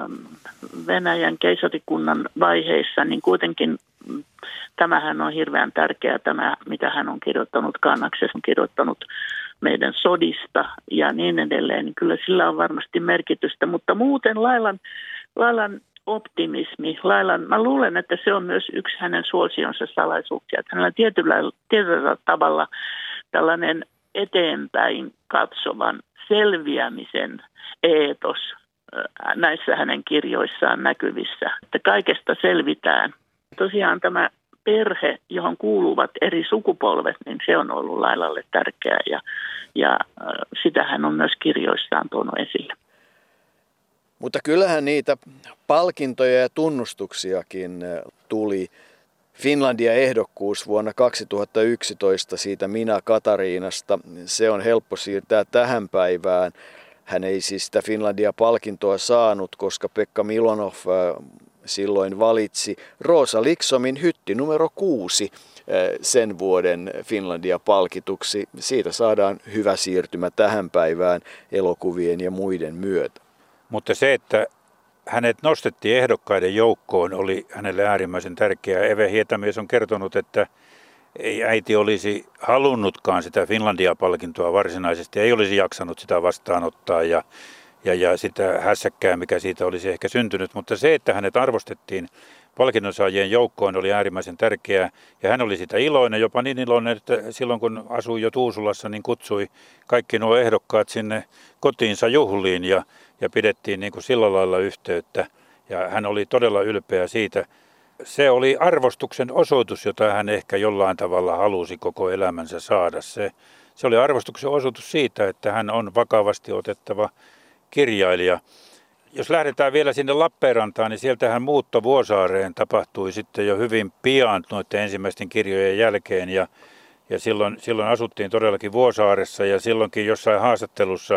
Venäjän keisarikunnan vaiheissa, niin kuitenkin tämähän on hirveän tärkeää, tämä mitä hän on kirjoittanut Kannaksessa, on kirjoittanut meidän sodista ja niin edelleen, niin kyllä sillä on varmasti merkitystä, mutta muuten Lailan, Lailan optimismi, Lailan, mä luulen, että se on myös yksi hänen suosionsa salaisuuksia, että hänellä tietyllä, tietyllä tavalla tällainen eteenpäin katsovan selviämisen eetos näissä hänen kirjoissaan näkyvissä, että kaikesta selvitään. Tosiaan tämä perhe, johon kuuluvat eri sukupolvet, niin se on ollut Lailalle tärkeää ja, ja sitä hän on myös kirjoissaan tuonut esille. Mutta kyllähän niitä palkintoja ja tunnustuksiakin tuli. Finlandia-ehdokkuus vuonna kaksituhattayksitoista siitä Minä Katariinasta. Se on helppo siirtää tähän päivään. Hän ei siis sitä Finlandia-palkintoa saanut, koska Pekka Milonov silloin valitsi Rosa Liksomin Hytti numero kuusi sen vuoden Finlandia-palkituksi. Siitä saadaan hyvä siirtymä tähän päivään elokuvien ja muiden myötä. Mutta se, että hänet nostettiin ehdokkaiden joukkoon, oli hänelle äärimmäisen tärkeää. Eve Hietamies on kertonut, että ei äiti olisi halunnutkaan sitä Finlandia-palkintoa varsinaisesti, ei olisi jaksanut sitä vastaanottaa ja, ja, ja sitä hässäkkää, mikä siitä olisi ehkä syntynyt. Mutta se, että hänet arvostettiin palkinnonsaajien joukkoon, oli äärimmäisen tärkeää ja hän oli sitä iloinen, jopa niin iloinen, että silloin kun asui jo Tuusulassa, niin kutsui kaikki nuo ehdokkaat sinne kotiinsa juhliin ja, ja pidettiin niin kuin sillä lailla yhteyttä ja hän oli todella ylpeä siitä. Se oli arvostuksen osoitus, jota hän ehkä jollain tavalla halusi koko elämänsä saada. Se, se oli arvostuksen osoitus siitä, että hän on vakavasti otettava kirjailija. Jos lähdetään vielä sinne Lappeenrantaan, niin sieltähän muutto Vuosaareen tapahtui sitten jo hyvin pian noiden ensimmäisten kirjojen jälkeen. Ja, ja silloin, silloin asuttiin todellakin Vuosaaressa ja silloinkin jossain haastattelussa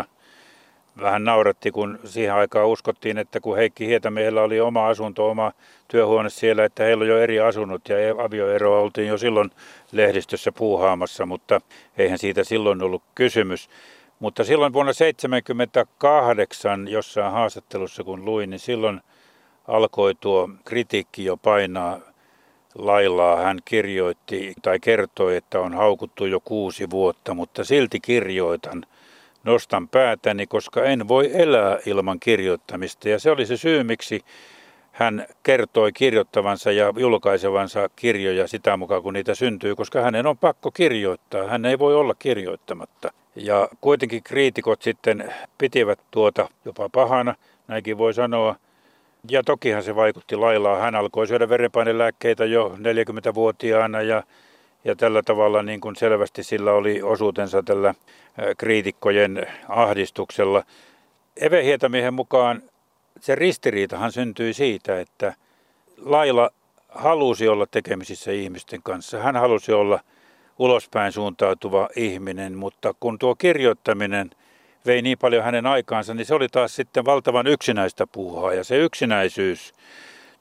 vähän nauratti, kun siihen aikaan uskottiin, että kun Heikki Hietamiehellä oli oma asunto, oma työhuone siellä, että heillä on jo eri asunnot ja avioeroa oltiin jo silloin lehdistössä puuhaamassa, mutta eihän siitä silloin ollut kysymys. Mutta silloin vuonna tuhatyhdeksänsataaseitsemänkymmentäkahdeksan jossain haastattelussa kun luin, niin silloin alkoi tuo kritiikki jo painaa Lailaa. Hän kirjoitti tai kertoi, että on haukuttu jo kuusi vuotta, mutta silti kirjoitan. Nostan päätäni, koska en voi elää ilman kirjoittamista. Ja se oli se syy, miksi hän kertoi kirjoittavansa ja julkaisevansa kirjoja sitä mukaan, kun niitä syntyy, koska hänen on pakko kirjoittaa. Hän ei voi olla kirjoittamatta. Ja kuitenkin kriitikot sitten pitivät tuota jopa pahana, näinkin voi sanoa. Ja tokihan se vaikutti Lailaan. Hän alkoi syödä verenpainelääkkeitä jo neljäkymmentävuotiaana ja, ja tällä tavalla niin kuin selvästi sillä oli osuutensa tällä kriitikkojen ahdistuksella. Eve Hietamiehen mukaan se ristiriitahan syntyi siitä, että Laila halusi olla tekemisissä ihmisten kanssa. Hän halusi olla ulospäin suuntautuva ihminen, mutta kun tuo kirjoittaminen vei niin paljon hänen aikaansa, niin se oli taas sitten valtavan yksinäistä puuhaa. Ja se yksinäisyys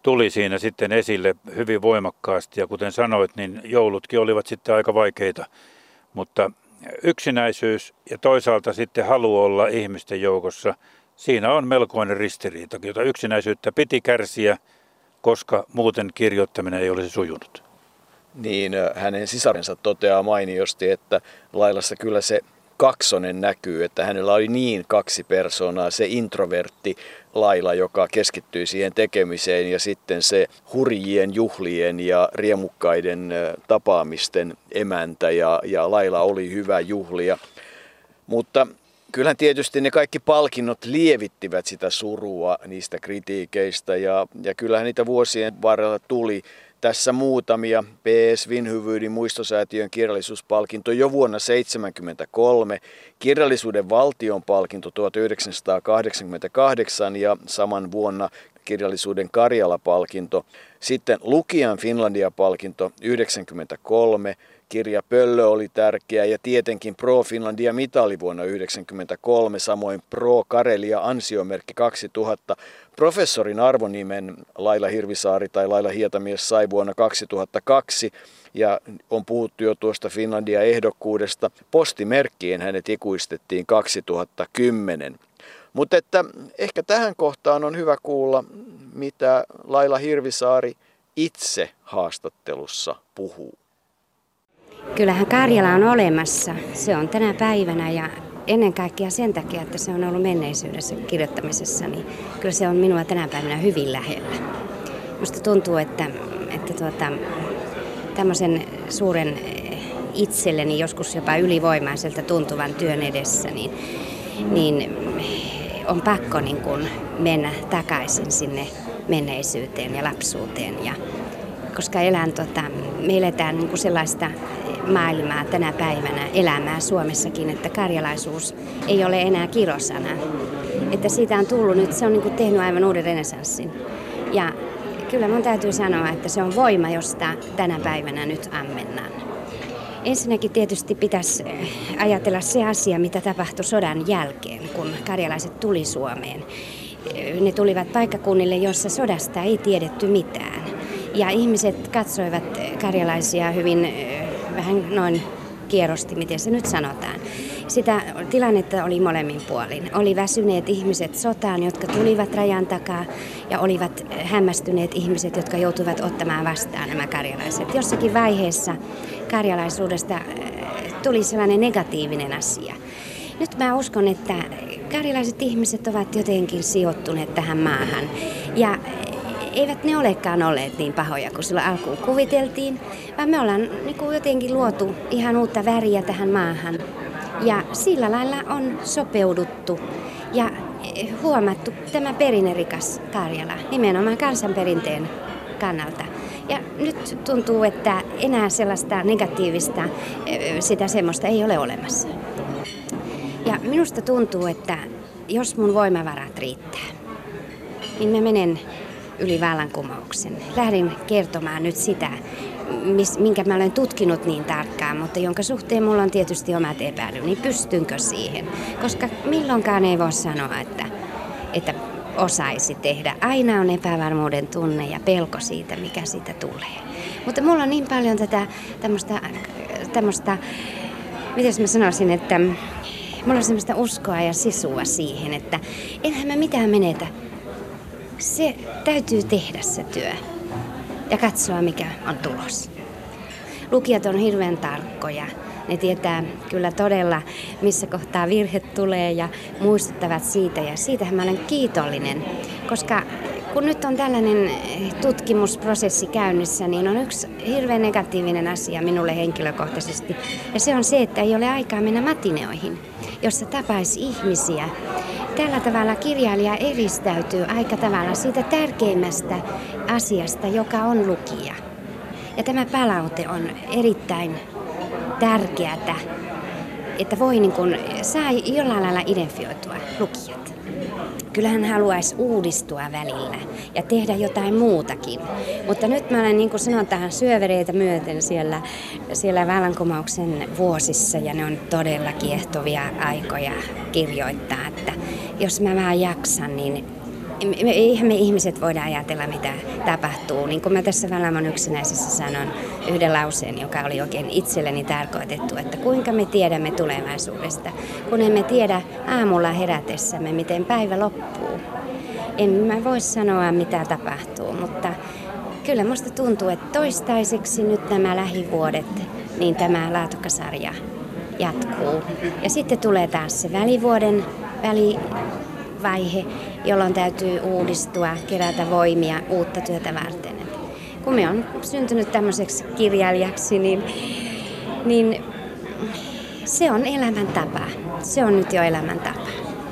tuli siinä sitten esille hyvin voimakkaasti. Ja kuten sanoit, niin joulutkin olivat sitten aika vaikeita. Mutta yksinäisyys ja toisaalta sitten halu olla ihmisten joukossa, siinä on melkoinen ristiriita, jota yksinäisyyttä piti kärsiä, koska muuten kirjoittaminen ei olisi sujunut. Niin, hänen sisarensa toteaa mainiosti, että Lailassa kyllä se kaksonen näkyy, että hänellä oli niin kaksi persoonaa, se introvertti Laila, joka keskittyi siihen tekemiseen, ja sitten se hurjien juhlien ja riemukkaiden tapaamisten emäntä, ja, ja Laila oli hyvä juhlia. Mutta kyllähän tietysti ne kaikki palkinnot lievittivät sitä surua niistä kritiikeistä, ja, ja kyllähän niitä vuosien varrella tuli. Tässä muutamia. P S Vinhyvydin muistosäätiön kirjallisuuspalkinto jo vuonna tuhatyhdeksänsataaseitsemänkymmentäkolme, kirjallisuuden valtionpalkinto tuhatyhdeksänsataakahdeksankymmentäkahdeksan ja saman vuonna kirjallisuuden Karjala-palkinto. Sitten Lukijan Finlandia-palkinto yhdeksänkymmentäkolme, kirja Pöllö oli tärkeä ja tietenkin Pro Finlandia mitali vuonna yhdeksänkymmentäkolme, samoin Pro Karelia ansiomerkki kaksituhatta. Professorin arvonimen Laila Hirvisaari tai Laila Hietamies sai vuonna kaksituhattakaksi ja on puhuttu jo tuosta Finlandia-ehdokkuudesta. Postimerkkiin hänet ikuistettiin kaksituhattakymmenen. Mutta että ehkä tähän kohtaan on hyvä kuulla, mitä Laila Hirvisaari itse haastattelussa puhuu. Kyllähän Karjala on olemassa. Se on tänä päivänä ja ennen kaikkea sen takia, että se on ollut menneisyydessä kirjoittamisessa, niin kyllä se on minua tänä päivänä hyvin lähellä. Minusta tuntuu, että, että tuota, tämmöisen suuren itselleni joskus jopa ylivoimaiselta tuntuvan työn edessä, niin, niin on pakko niin kuin mennä takaisin sinne menneisyyteen ja lapsuuteen. Ja, koska elän, tota, me eletään niin kuin sellaista maailmaa tänä päivänä, elämää Suomessakin, että karjalaisuus ei ole enää kirosana. Että siitä on tullut nyt, se on niin kuin tehnyt aivan uuden renessanssin. Ja kyllä mun täytyy sanoa, että se on voima, josta tänä päivänä nyt ammennaan. Ensinnäkin tietysti pitäisi ajatella se asia, mitä tapahtui sodan jälkeen, kun karjalaiset tuli Suomeen. Ne tulivat paikkakunnille, jossa sodasta ei tiedetty mitään. Ja ihmiset katsoivat karjalaisia hyvin vähän noin kierrosti, miten se nyt sanotaan. Sitä tilannetta oli molemmin puolin. Oli väsyneet ihmiset sotaan, jotka tulivat rajan takaa, ja olivat hämmästyneet ihmiset, jotka joutuivat ottamaan vastaan nämä karjalaiset. Jossakin vaiheessa karjalaisuudesta tuli sellainen negatiivinen asia. Nyt mä uskon, että karjalaiset ihmiset ovat jotenkin sijoittuneet tähän maahan. Ja eivät ne olekaan olleet niin pahoja kuin silloin alkuun kuviteltiin, vaan me ollaan niin kuin jotenkin luotu ihan uutta väriä tähän maahan. Ja sillä lailla on sopeuduttu ja huomattu tämä perinnerikas Karjala nimenomaan kansanperinteen kannalta. Ja nyt tuntuu, että enää sellaista negatiivista, sitä semmoista ei ole olemassa. Ja minusta tuntuu, että jos mun voimavarat riittää, niin mä menen yli vallankumouksen. Lähdin kertomaan nyt sitä, minkä mä olen tutkinut niin tarkkaan, mutta jonka suhteen mulla on tietysti omat epäilyni. Pystynkö siihen? Koska milloinkaan ei voi sanoa, että, että osaisi tehdä. Aina on epävarmuuden tunne ja pelko siitä, mikä siitä tulee. Mutta mulla on niin paljon tätä tämmöistä, tämmöistä miten mä sanoisin, että mulla on semmoista uskoa ja sisua siihen, että enhän mä mitään menetä. Se täytyy tehdä se työ ja katsoa, mikä on tulos. Lukijat on hirveän tarkkoja. Ne tietää kyllä todella, missä kohtaa virhe tulee ja muistuttavat siitä. Ja siitähän mä olen kiitollinen, koska kun nyt on tällainen tutkimusprosessi käynnissä, niin on yksi hirveän negatiivinen asia minulle henkilökohtaisesti. Ja se on se, että ei ole aikaa mennä matineoihin, jossa tapaisi ihmisiä. Tällä tavalla kirjailija eristäytyy aika tavalla siitä tärkeimmästä asiasta, joka on lukija. Ja tämä palaute on erittäin tärkeää, että voi niin kuin, saa jollain lailla identifioitua lukijat. Kyllähän haluaisi uudistua välillä ja tehdä jotain muutakin. Mutta nyt mä olen, niin kuin sanotaan, syövereitä myöten siellä, siellä vallankumouksen vuosissa ja ne on todella kiehtovia aikoja kirjoittaa. Että jos mä vaan jaksan, niin eihän me ihmiset voida ajatella, mitä tapahtuu. Niin kuin mä tässä Valamon yksinäisessä sanon yhden lauseen, joka oli oikein itselleni tarkoitettu, että kuinka me tiedämme tulevaisuudesta, kun emme tiedä aamulla herätessämme, miten päivä loppuu. En mä voi sanoa, mitä tapahtuu, mutta kyllä musta tuntuu, että toistaiseksi nyt nämä lähivuodet, niin tämä Laatokkasarja jatkuu. Ja sitten tulee taas se välivuoden välivaihe, jolloin täytyy uudistua, kerätä voimia uutta työtä varten. Kun me on syntynyt tämmöiseksi kirjailijaksi, niin, niin se on elämäntapa. Se on nyt jo elämäntapa.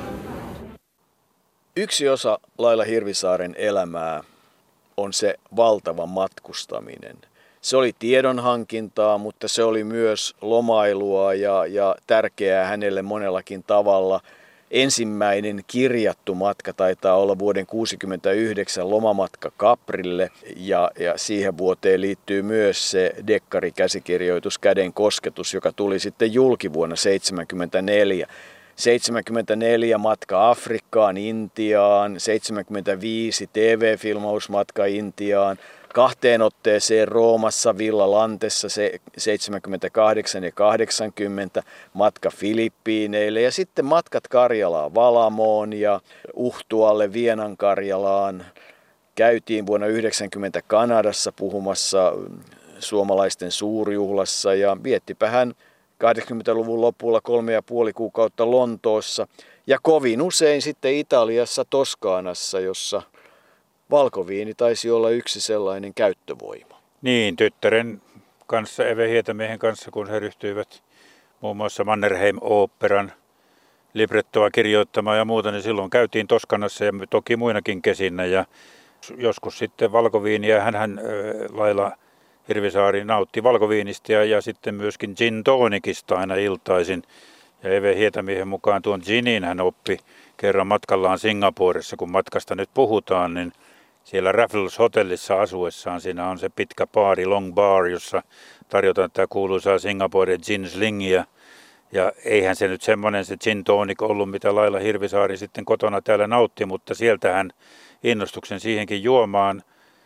Yksi osa Laila Hirvisaaren elämää on se valtava matkustaminen. Se oli tiedonhankintaa, mutta se oli myös lomailua ja, ja tärkeää hänelle monellakin tavalla. Ensimmäinen kirjattu matka taitaa olla vuoden tuhatyhdeksänsataakuusikymmentäyhdeksän lomamatka Caprille ja, ja siihen vuoteen liittyy myös se dekkarikäsikirjoitus Käden kosketus, joka tuli sitten julki vuonna seitsemänkymmentäneljä. seitsemänkymmentäneljä matka Afrikkaan, Intiaan, seitsemänkymmentäviisi T V-filmausmatka Intiaan, kahteen otteeseen Roomassa Villa Lantessa se seitsemänkymmentäkahdeksan ja kahdeksankymmentä, matka Filippiineille ja sitten matkat Karjalaan Valamoon ja Uhtualle Vienan Karjalaan. Käytiin vuonna yhdeksänkymmentä Kanadassa puhumassa suomalaisten suurjuhlassa ja viettipä hän kahdeksankymmentäluvun lopulla kolme ja puoli kuukautta Lontoossa ja kovin usein sitten Italiassa Toskaanassa, jossa valkoviini taisi olla yksi sellainen käyttövoima. Niin, tyttären kanssa, Eve Hietamiehen kanssa, kun he ryhtyivät muun muassa Mannerheim-oopperan librettoa kirjoittamaan ja muuta, niin silloin käytiin Toskanassa ja toki muinakin kesinä. Ja joskus sitten valkoviiniä, hänhän Laila Hirvisaari nautti valkoviinistä ja, ja sitten myöskin gin tonicista aina iltaisin. Ja Eve Hietamiehen mukaan tuon ginin hän oppi kerran matkallaan Singaporessa, kun matkasta nyt puhutaan, niin siellä Raffles Hotellissa asuessaan siinä on se pitkä baari, long bar, jossa tarjotaan tätä kuuluisaa Singaporen gin slingiä. Ja eihän se nyt semmoinen se gin tonic ollut, mitä Laila Hirvisaari sitten kotona täällä nautti, mutta sieltähän innostuksen siihenkin juomaan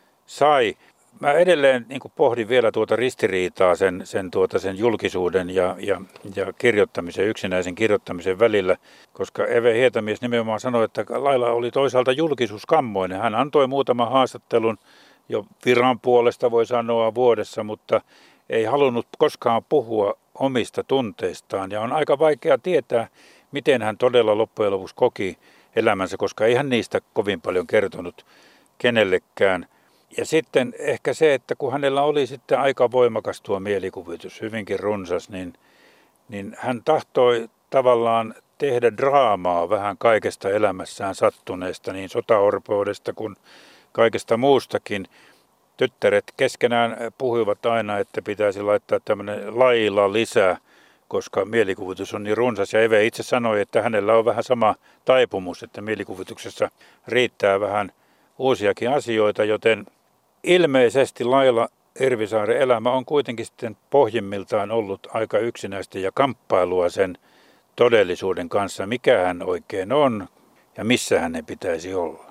sai. Mä edelleen niin kuin pohdin vielä tuota ristiriitaa sen, sen, tuota, sen julkisuuden ja, ja, ja kirjoittamisen, yksinäisen kirjoittamisen välillä, koska Eve Hietamies nimenomaan sanoi, että Laila oli toisaalta julkisuuskammoinen. Hän antoi muutaman haastattelun jo viran puolesta, voi sanoa, vuodessa, mutta ei halunnut koskaan puhua omista tunteistaan. Ja on aika vaikea tietää, miten hän todella loppujen lopuksi koki elämänsä, koska ei hän niistä kovin paljon kertonut kenellekään. Ja sitten ehkä se, että kun hänellä oli sitten aika voimakas tuo mielikuvitus, hyvinkin runsas, niin, niin hän tahtoi tavallaan tehdä draamaa vähän kaikesta elämässään sattuneesta, niin sotaorpoudesta kuin kaikesta muustakin. Tyttäret keskenään puhuivat aina, että pitäisi laittaa tämmöinen Laila lisää, koska mielikuvitus on niin runsas. Ja Eve itse sanoi, että hänellä on vähän sama taipumus, että mielikuvituksessa riittää vähän uusiakin asioita, joten ilmeisesti Laila Hirvisaaren elämä on kuitenkin sitten pohjimmiltaan ollut aika yksinäistä ja kamppailua sen todellisuuden kanssa, mikä hän oikein on ja missä hänen pitäisi olla.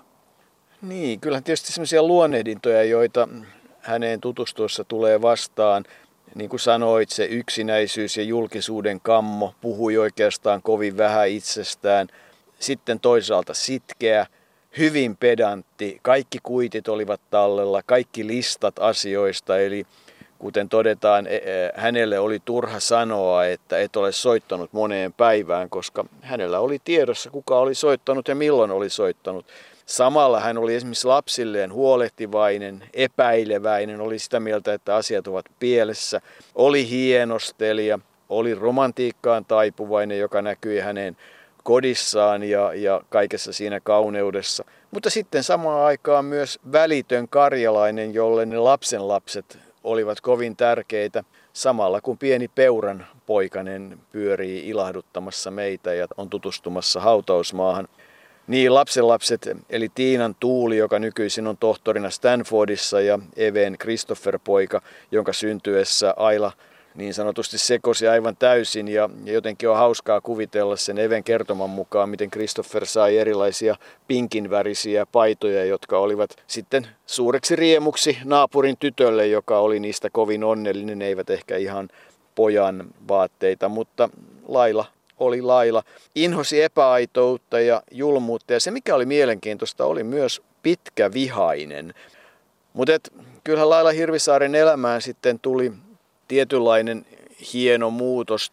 Niin, kyllähän tietysti sellaisia luonnehdintoja, joita häneen tutustuessa tulee vastaan. Niin kuin sanoit, se yksinäisyys ja julkisuuden kammo, puhui oikeastaan kovin vähän itsestään. Sitten toisaalta sitkeä, hyvin pedantti, kaikki kuitit olivat tallella, kaikki listat asioista, eli kuten todetaan, hänelle oli turha sanoa, että et ole soittanut moneen päivään, koska hänellä oli tiedossa, kuka oli soittanut ja milloin oli soittanut. Samalla hän oli esimerkiksi lapsilleen huolehtivainen, epäileväinen, oli sitä mieltä, että asiat ovat pielessä, oli hienostelija, oli romantiikkaan taipuvainen, joka näkyi hänen kodissaan ja, ja kaikessa siinä kauneudessa. Mutta sitten samaan aikaan myös välitön karjalainen, jolle ne lapsenlapset olivat kovin tärkeitä, samalla kun pieni peuran poikanen pyörii ilahduttamassa meitä ja on tutustumassa hautausmaahan. Niin lapsenlapset, eli Tiinan Tuuli, joka nykyisin on tohtorina Stanfordissa, ja Even Christopher-poika, jonka syntyessä Aila niin sanotusti sekosi aivan täysin ja, ja jotenkin on hauskaa kuvitella sen Even kertoman mukaan, miten Christopher sai erilaisia pinkinvärisiä paitoja, jotka olivat sitten suureksi riemuksi naapurin tytölle, joka oli niistä kovin onnellinen, eivät ehkä ihan pojan vaatteita, mutta Laila oli Laila. Inhosi epäaitoutta ja julmuutta ja se mikä oli mielenkiintoista oli myös pitkävihainen. Mutta kyllähän Laila Hirvisaaren elämään sitten tuli tietynlainen hieno muutos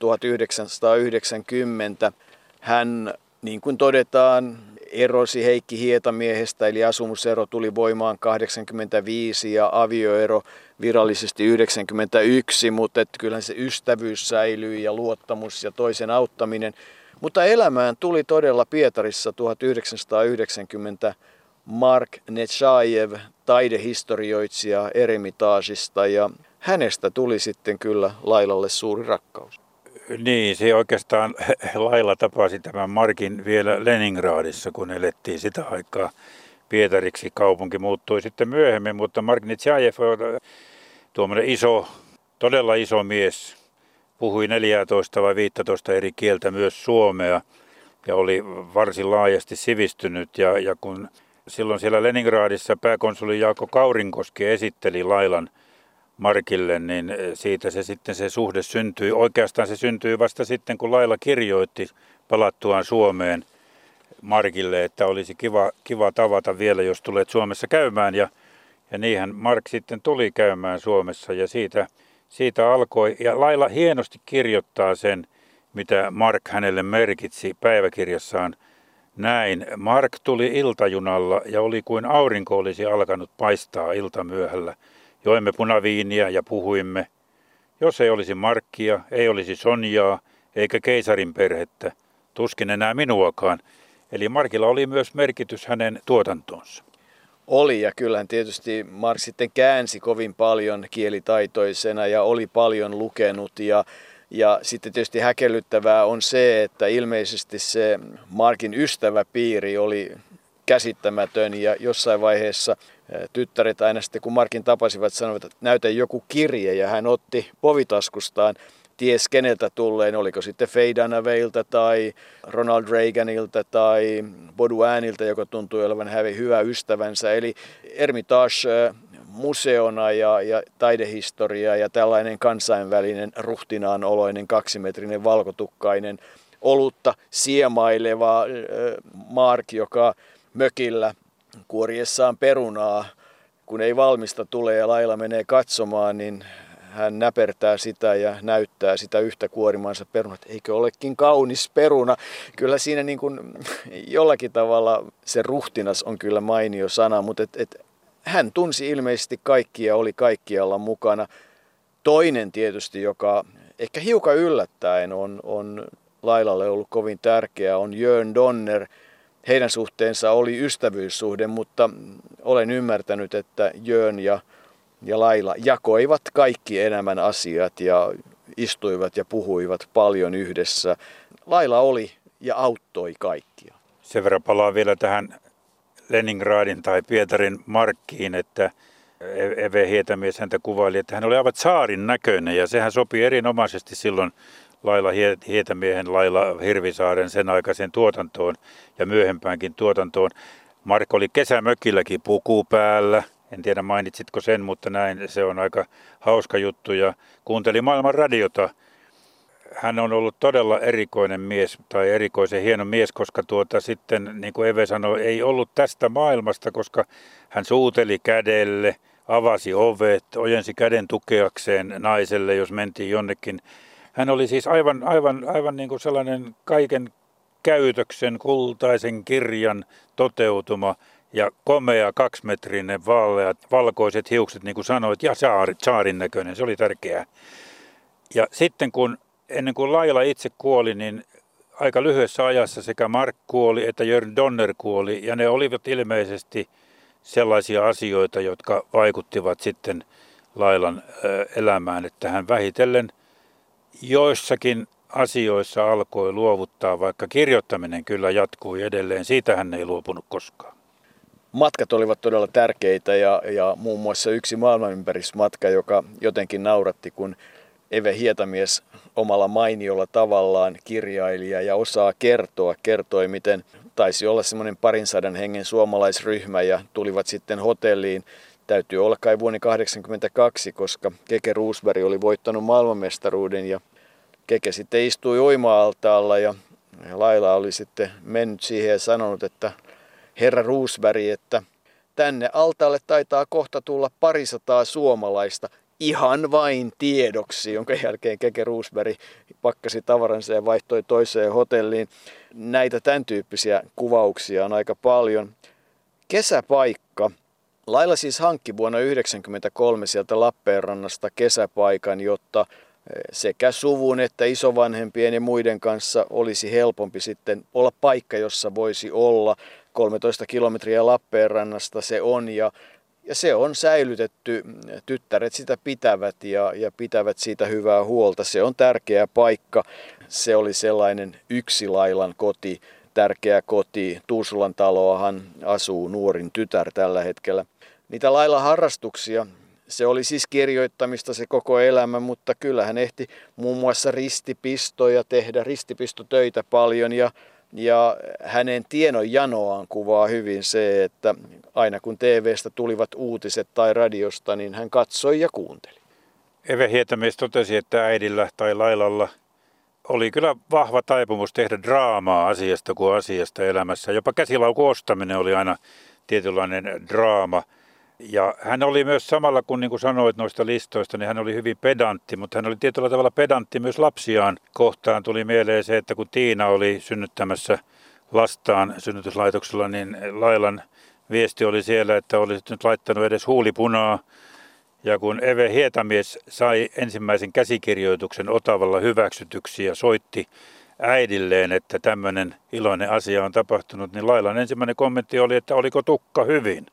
tuhatyhdeksänsataayhdeksänkymmentä. Hän, niin kuin todetaan, erosi Heikki Hietamiehestä, eli asumusero tuli voimaan kahdeksankymmentäviisi ja avioero virallisesti yhdeksänkymmentäyksi, mutta että kyllähän se ystävyys säilyi ja luottamus ja toisen auttaminen. Mutta elämään tuli todella Pietarissa tuhatyhdeksänsataayhdeksänkymmentä Mark Nechajev, taidehistorioitsija Eremitaasista, ja hänestä tuli sitten kyllä Lailalle suuri rakkaus. Niin, se oikeastaan Laila tapasi tämän Markin vielä Leningradissa, kun elettiin sitä aikaa Pietariksi. Kaupunki muuttui sitten myöhemmin, mutta Mark Nechajev on tuommoinen iso, todella iso mies. Puhui neljätoista vai viisitoista eri kieltä, myös suomea, ja oli varsin laajasti sivistynyt. Ja, ja kun silloin siellä Leningradissa pääkonsuli Jaakko Kaurinkoski esitteli Lailan Markille, niin siitä se sitten se suhde syntyi. Oikeastaan se syntyi vasta sitten, kun Laila kirjoitti palattuaan Suomeen Markille, että olisi kiva, kiva tavata vielä, jos tulet Suomessa käymään. Ja, ja niinhän Mark sitten tuli käymään Suomessa ja siitä, siitä alkoi. Ja Laila hienosti kirjoittaa sen, mitä Mark hänelle merkitsi päiväkirjassaan näin. Mark tuli iltajunalla ja oli kuin aurinko olisi alkanut paistaa iltamyöhällä. Joimme punaviiniä ja puhuimme. Jos ei olisi Markkia, ei olisi Sonjaa eikä keisarin perhettä, tuskin enää minuakaan. Eli Markilla oli myös merkitys hänen tuotantonsa. Oli, ja kyllähän tietysti Mark sitten käänsi kovin paljon kielitaitoisena ja oli paljon lukenut. Ja, ja sitten tietysti häkellyttävää on se, että ilmeisesti se Markin ystäväpiiri oli käsittämätön ja jossain vaiheessa tyttäret aina sitten kun Markin tapasivat sanoivat, että näytä joku kirje ja hän otti povitaskustaan ties keneltä tulleen, oliko sitten Faye Dunawayilta tai Ronald Reaganilta tai Baudouinilta, joka tuntui olevan hänen hyvä ystävänsä. Eli Ermitage museona ja, ja taidehistoria ja tällainen kansainvälinen ruhtinaan oloinen kaksimetrinen valkotukkainen olutta siemaileva äh, Mark, joka mökillä kuoriessaan perunaa, kun ei valmista tule ja Laila menee katsomaan, niin hän näpertää sitä ja näyttää sitä yhtä kuorimansa perunat. Eikö olekin kaunis peruna? Kyllä siinä niin kuin jollakin tavalla se ruhtinas on kyllä mainio sana, mutta et, et, hän tunsi ilmeisesti kaikkia ja oli kaikkialla mukana. Toinen tietysti, joka ehkä hiukan yllättäen on, on Lailalle ollut kovin tärkeä, on Jörn Donner. Heidän suhteensa oli ystävyyssuhde, mutta olen ymmärtänyt, että Jörn ja, ja Laila jakoivat kaikki elämän asiat ja istuivat ja puhuivat paljon yhdessä. Laila oli ja auttoi kaikkia. Sen verran palaa vielä tähän Leningradin tai Pietarin Markkiin, että Eve Hietämies häntä kuvaili, että hän oli aivan tsaarin näköinen ja sehän sopii erinomaisesti silloin Laila Hietämiehen, Laila Hirvisaaren sen aikaisen tuotantoon ja myöhempäänkin tuotantoon. Mark oli kesämökilläkin puku päällä. En tiedä mainitsitko sen, mutta näin se on aika hauska juttu ja kuunteli maailman radiota. Hän on ollut todella erikoinen mies tai erikoisen hieno mies, koska tuota sitten, niin kuin Eve sanoi, ei ollut tästä maailmasta, koska hän suuteli kädelle, avasi ovet, ojensi käden tukeakseen naiselle, jos mentiin jonnekin. Hän oli siis aivan, aivan, aivan niin kuin sellainen kaiken käytöksen kultaisen kirjan toteutuma ja komea kaksimetrinen vaaleat valkoiset hiukset, niin kuin sanoit, ja tsaarin näköinen, se oli tärkeää. Ja sitten kun ennen kuin Laila itse kuoli, niin aika lyhyessä ajassa sekä Mark kuoli että Jörn Donner kuoli, ja ne olivat ilmeisesti sellaisia asioita, jotka vaikuttivat sitten Lailan elämään, että hän vähitellen joissakin asioissa alkoi luovuttaa, vaikka kirjoittaminen kyllä jatkui edelleen. Siitä hän ei luopunut koskaan. Matkat olivat todella tärkeitä ja, ja muun muassa yksi maailmanympärysmatka, joka jotenkin nauratti, kun Eve Hietamies omalla mainiolla tavallaan kirjailija ja osaa kertoa, kertoi miten taisi olla semmoinen parin sadan hengen suomalaisryhmä ja tulivat sitten hotelliin. Täytyy olla kai vuonna kahdeksankymmentäkaksi, koska Keke Roosberg oli voittanut maailmanmestaruuden ja Keke sitten istui uima-altaalla ja Laila oli sitten mennyt siihen ja sanonut, että herra Roosberg, että tänne altaalle taitaa kohta tulla parisataa suomalaista ihan vain tiedoksi, jonka jälkeen Keke Roosberg pakkasi tavaransa ja vaihtoi toiseen hotelliin. Näitä tämän tyyppisiä kuvauksia on aika paljon. Kesäpaikka. Laila siis hankki vuonna yhdeksänkymmentäkolme sieltä Lappeenrannasta kesäpaikan, jotta sekä suvun että isovanhempien ja muiden kanssa olisi helpompi sitten olla paikka, jossa voisi olla. kolmetoista kilometriä Lappeenrannasta se on ja, ja se on säilytetty. Tyttäret sitä pitävät ja, ja pitävät siitä hyvää huolta. Se on tärkeä paikka. Se oli sellainen yksi Lailan koti, tärkeä koti. Tuusulan taloahan asuu nuorin tytär tällä hetkellä. Niitä Lailan harrastuksia. Se oli siis kirjoittamista se koko elämä, mutta kyllä hän ehti muun muassa ristipistoja tehdä, ristipistotöitä paljon ja, ja hänen tienon janoaan kuvaa hyvin se, että aina kun T V:stä tulivat uutiset tai radiosta, niin hän katsoi ja kuunteli. Eve Hietamies totesi, että äidillä tai Lailalla oli kyllä vahva taipumus tehdä draamaa asiasta kuin asiasta elämässä. Jopa käsilaukun ostaminen oli aina tietynlainen draama. Ja hän oli myös samalla, kun niin kuin sanoit noista listoista, niin hän oli hyvin pedantti, mutta hän oli tietyllä tavalla pedantti myös lapsiaan kohtaan. Tuli mieleen se, että kun Tiina oli synnyttämässä lastaan synnytyslaitoksella, niin Lailan viesti oli siellä, että olisit nyt laittanut edes huulipunaa. Ja kun Eve Hietamies sai ensimmäisen käsikirjoituksen Otavalla hyväksytyksi ja soitti äidilleen, että tämmöinen iloinen asia on tapahtunut, niin Lailan ensimmäinen kommentti oli, että oliko tukka hyvin.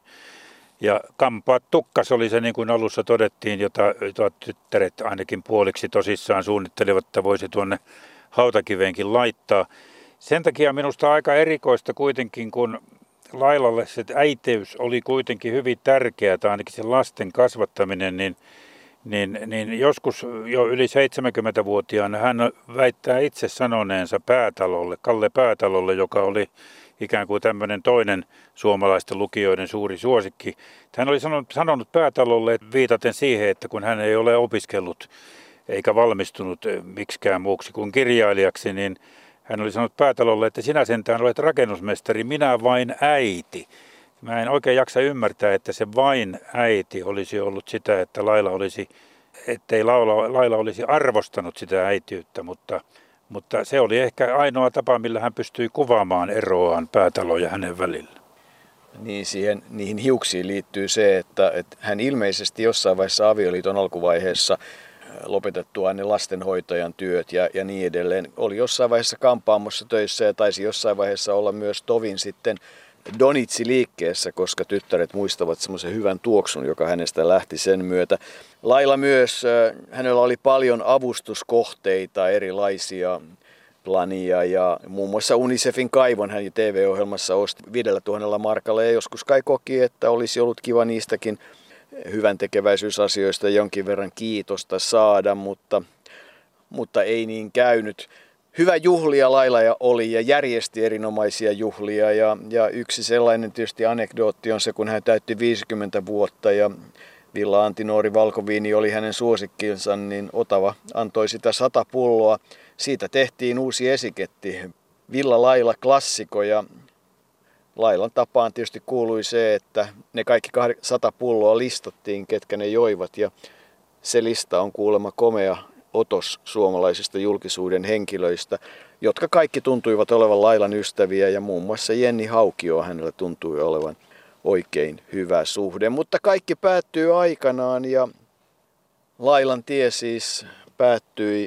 Ja kampaat tukkas oli se, niin kuin alussa todettiin, jota, jota tyttäret ainakin puoliksi tosissaan suunnittelivat, että voisi tuonne hautakiveenkin laittaa. Sen takia minusta aika erikoista kuitenkin, kun Lailalle se äiteys oli kuitenkin hyvin tärkeää, tai ainakin se lasten kasvattaminen, niin, niin, niin joskus jo yli seitsemänkymmentävuotiaana hän väittää itse sanoneensa Päätalolle, Kalle Päätalolle, joka oli ikään kuin tämmöinen toinen suomalaisten lukijoiden suuri suosikki. Hän oli sanonut, sanonut Päätalolle viitaten siihen, että kun hän ei ole opiskellut eikä valmistunut miksikään muuksi kuin kirjailijaksi, niin hän oli sanonut Päätalolle, että sinä sentään olet rakennusmestari, minä vain äiti. Mä en oikein jaksa ymmärtää, että se vain äiti olisi ollut sitä, että Laila olisi, ettei Laila, Laila olisi arvostanut sitä äitiyttä, mutta Mutta se oli ehkä ainoa tapa, millä hän pystyi kuvaamaan eroaan Päätalo ja hänen välillä. Niin siihen, niihin hiuksiin liittyy se, että, että hän ilmeisesti jossain vaiheessa avioliiton alkuvaiheessa lopetettua ne lastenhoitajan työt ja, ja niin edelleen. Oli jossain vaiheessa kampaamossa töissä ja taisi jossain vaiheessa olla myös tovin sitten Donitsi-liikkeessä, koska tyttäret muistavat semmoisen hyvän tuoksun, joka hänestä lähti sen myötä. Laila myös, hänellä oli paljon avustuskohteita, erilaisia plania ja muun muassa Unicefin kaivon hän T V-ohjelmassa osti viidellä tuhannella markalla ja joskus kai koki, että olisi ollut kiva niistäkin hyvän tekeväisyysasioista jonkin verran kiitosta saada, mutta, mutta ei niin käynyt. Hyvä juhlia Laila ja oli ja järjesti erinomaisia juhlia ja, ja yksi sellainen tietysti anekdootti on se, kun hän täytti viisikymmentä vuotta ja Villa Antinoori valkoviini oli hänen suosikkinsa, niin Otava antoi sitä sata pulloa. Siitä tehtiin uusi esiketti, Villa Laila klassikko ja Lailan tapaan tietysti kuului se, että ne kaikki sata pulloa listattiin, ketkä ne joivat ja se lista on kuulemma komea otos suomalaisista julkisuuden henkilöistä, jotka kaikki tuntuivat olevan Lailan ystäviä ja muun muassa Jenni Haukio hänellä tuntui olevan oikein hyvä suhde. Mutta kaikki päättyy aikanaan ja Lailan tie siis päättyi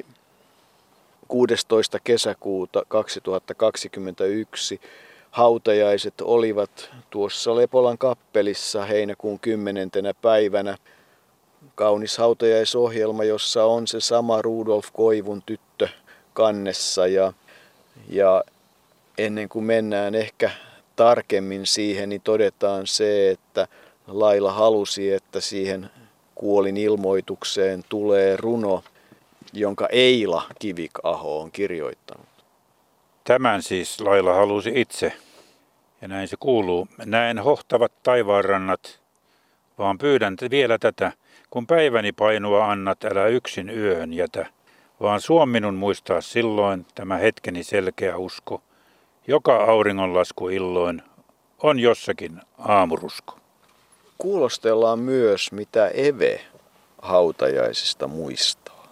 kuudestoista kesäkuuta kaksituhattakaksikymmentäyksi. Hautajaiset olivat tuossa Lepolan kappelissa heinäkuun kymmenentenä päivänä. Kaunis hautajaisohjelma, jossa on se sama Rudolf Koivun tyttö kannessa ja, ja ennen kuin mennään ehkä tarkemmin siihen, niin todetaan se, että Laila halusi, että siihen kuolin ilmoitukseen tulee runo jonka Eila Kivik-aho on kirjoittanut. Tämän siis Laila halusi itse. Ja näin se kuuluu. Näen hohtavat taivaanrannat, vaan pyydän vielä tätä. Kun päiväni painua annat, älä yksin yöhön jätä, vaan suon minun muistaa silloin tämä hetkeni selkeä usko. Joka auringonlasku illoin on jossakin aamurusko. Kuulostellaan myös, mitä Eve hautajaisista muistaa.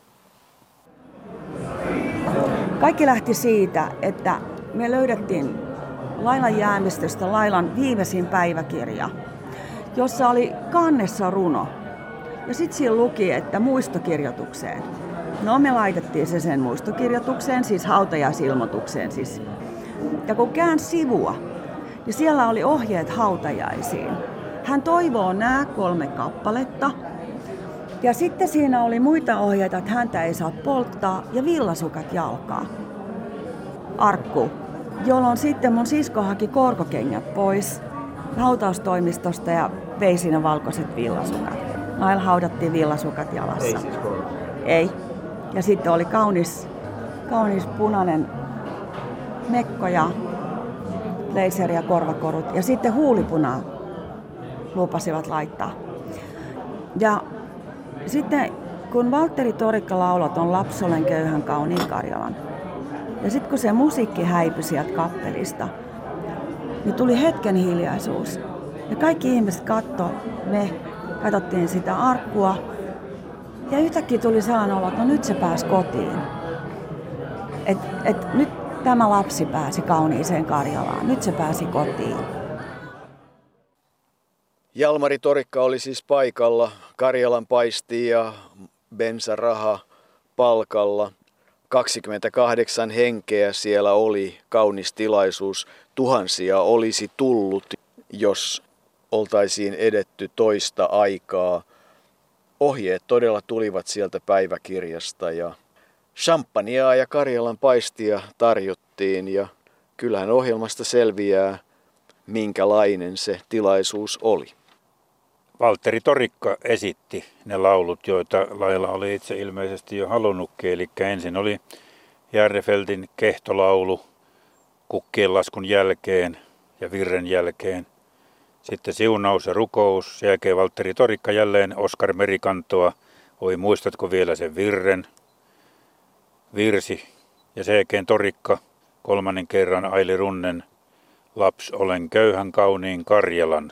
Kaikki lähti siitä, että me löydettiin Lailan jäämistöstä Lailan viimeisin päiväkirja, jossa oli kannessa runo. Ja sitten siinä luki, että muistokirjoitukseen. No me laitettiin se sen muistokirjoitukseen, siis hautajaisilmoitukseen. Siis. Ja kun käänsi sivua, niin siellä oli ohjeet hautajaisiin. Hän toivoo nämä kolme kappaletta. Ja sitten siinä oli muita ohjeita, että häntä ei saa polttaa ja villasukat jalkaa. Arkku, jolloin sitten mun sisko haki korkokengät pois hautaustoimistosta ja vei siinä valkoiset villasukat. Lailla haudattiin villasukat jalassa. Ei siis korko. Ei. Ja sitten oli kaunis, kaunis punainen mekko ja leiseri ja korvakorut. Ja sitten huulipunaa lupasivat laittaa. Ja sitten kun Valtteri Torikka lauloi ton Lapsi olen köyhän kauniin Karjalan. Ja sitten kun se musiikki häipyi sieltä kappelista, niin tuli hetken hiljaisuus. Ja kaikki ihmiset katsoi, me katsottiin sitä arkkua. Ja yhtäkkiä tuli sellainen olo, että no nyt se pääsi kotiin. Että et nyt tämä lapsi pääsi kauniiseen Karjalaan, nyt se pääsi kotiin. Jalmari Torikka oli siis paikalla, Karjalan paisti ja bensaraha palkalla. kaksikymmentäkahdeksan henkeä siellä oli, kaunis tilaisuus. Tuhansia olisi tullut, jos oltaisiin edetty toista aikaa. Ohjeet todella tulivat sieltä päiväkirjasta ja champagnea ja Karjalan paistia tarjottiin ja kyllähän ohjelmasta selviää, minkälainen se tilaisuus oli. Valtteri Torikka esitti ne laulut, joita Laila oli itse ilmeisesti jo halunnutkin. Eli ensin oli Järrefeltin kehtolaulu kukkien laskun jälkeen ja virren jälkeen. Sitten siunaus ja rukous. Sen jälkeen Valtteri Torikka jälleen Oskar Merikantoa. Oi muistatko vielä sen virren? Virsi. Ja sen jälkeen Torikka kolmannen kerran Aili Runnen Laps olen köyhän kauniin Karjalan.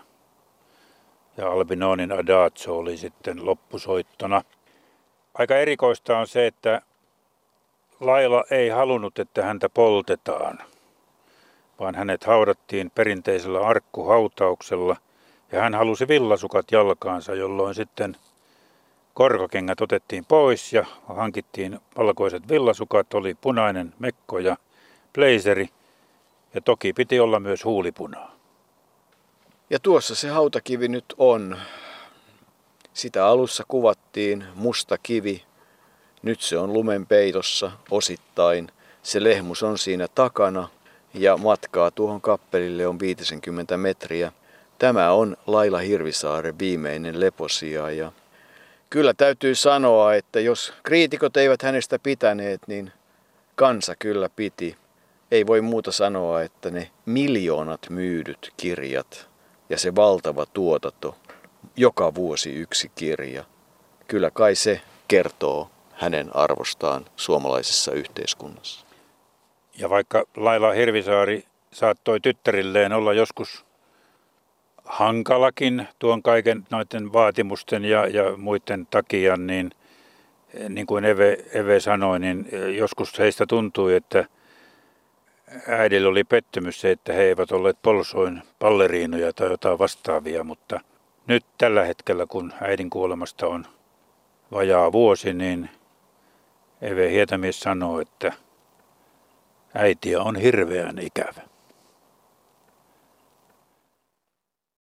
Ja Albinonin Adagio oli sitten loppusoittona. Aika erikoista on se, että Laila ei halunnut, että häntä poltetaan, vaan hänet haudattiin perinteisellä arkkuhautauksella ja hän halusi villasukat jalkaansa, jolloin sitten korkokengät otettiin pois ja hankittiin valkoiset villasukat, oli punainen mekko ja blazeri ja toki piti olla myös huulipunaa. Ja tuossa se hautakivi nyt on. Sitä alussa kuvattiin, musta kivi. Nyt se on lumen peitossa osittain. Se lehmus on siinä takana ja matkaa tuohon kappelille on viisikymmentä metriä. Tämä on Laila Hirvisaaren viimeinen leposija ja kyllä täytyy sanoa, että jos kriitikot eivät hänestä pitäneet, niin kansa kyllä piti. Ei voi muuta sanoa, että ne miljoonat myydyt kirjat ja se valtava tuotanto, joka vuosi yksi kirja, kyllä kai se kertoo hänen arvostaan suomalaisessa yhteiskunnassa. Ja vaikka Laila Hirvisaari saattoi tyttärilleen olla joskus hankalakin tuon kaiken noiden vaatimusten ja, ja muiden takia, niin niin kuin Eve, Eve sanoi, niin joskus heistä tuntui, että äidillä oli pettymys se, että he eivät olleet polsoin balleriinoja tai jotain vastaavia, mutta nyt tällä hetkellä, kun äidin kuolemasta on vajaa vuosi, niin Eve Hietamies sanoo, että äitiä on hirveän ikävä.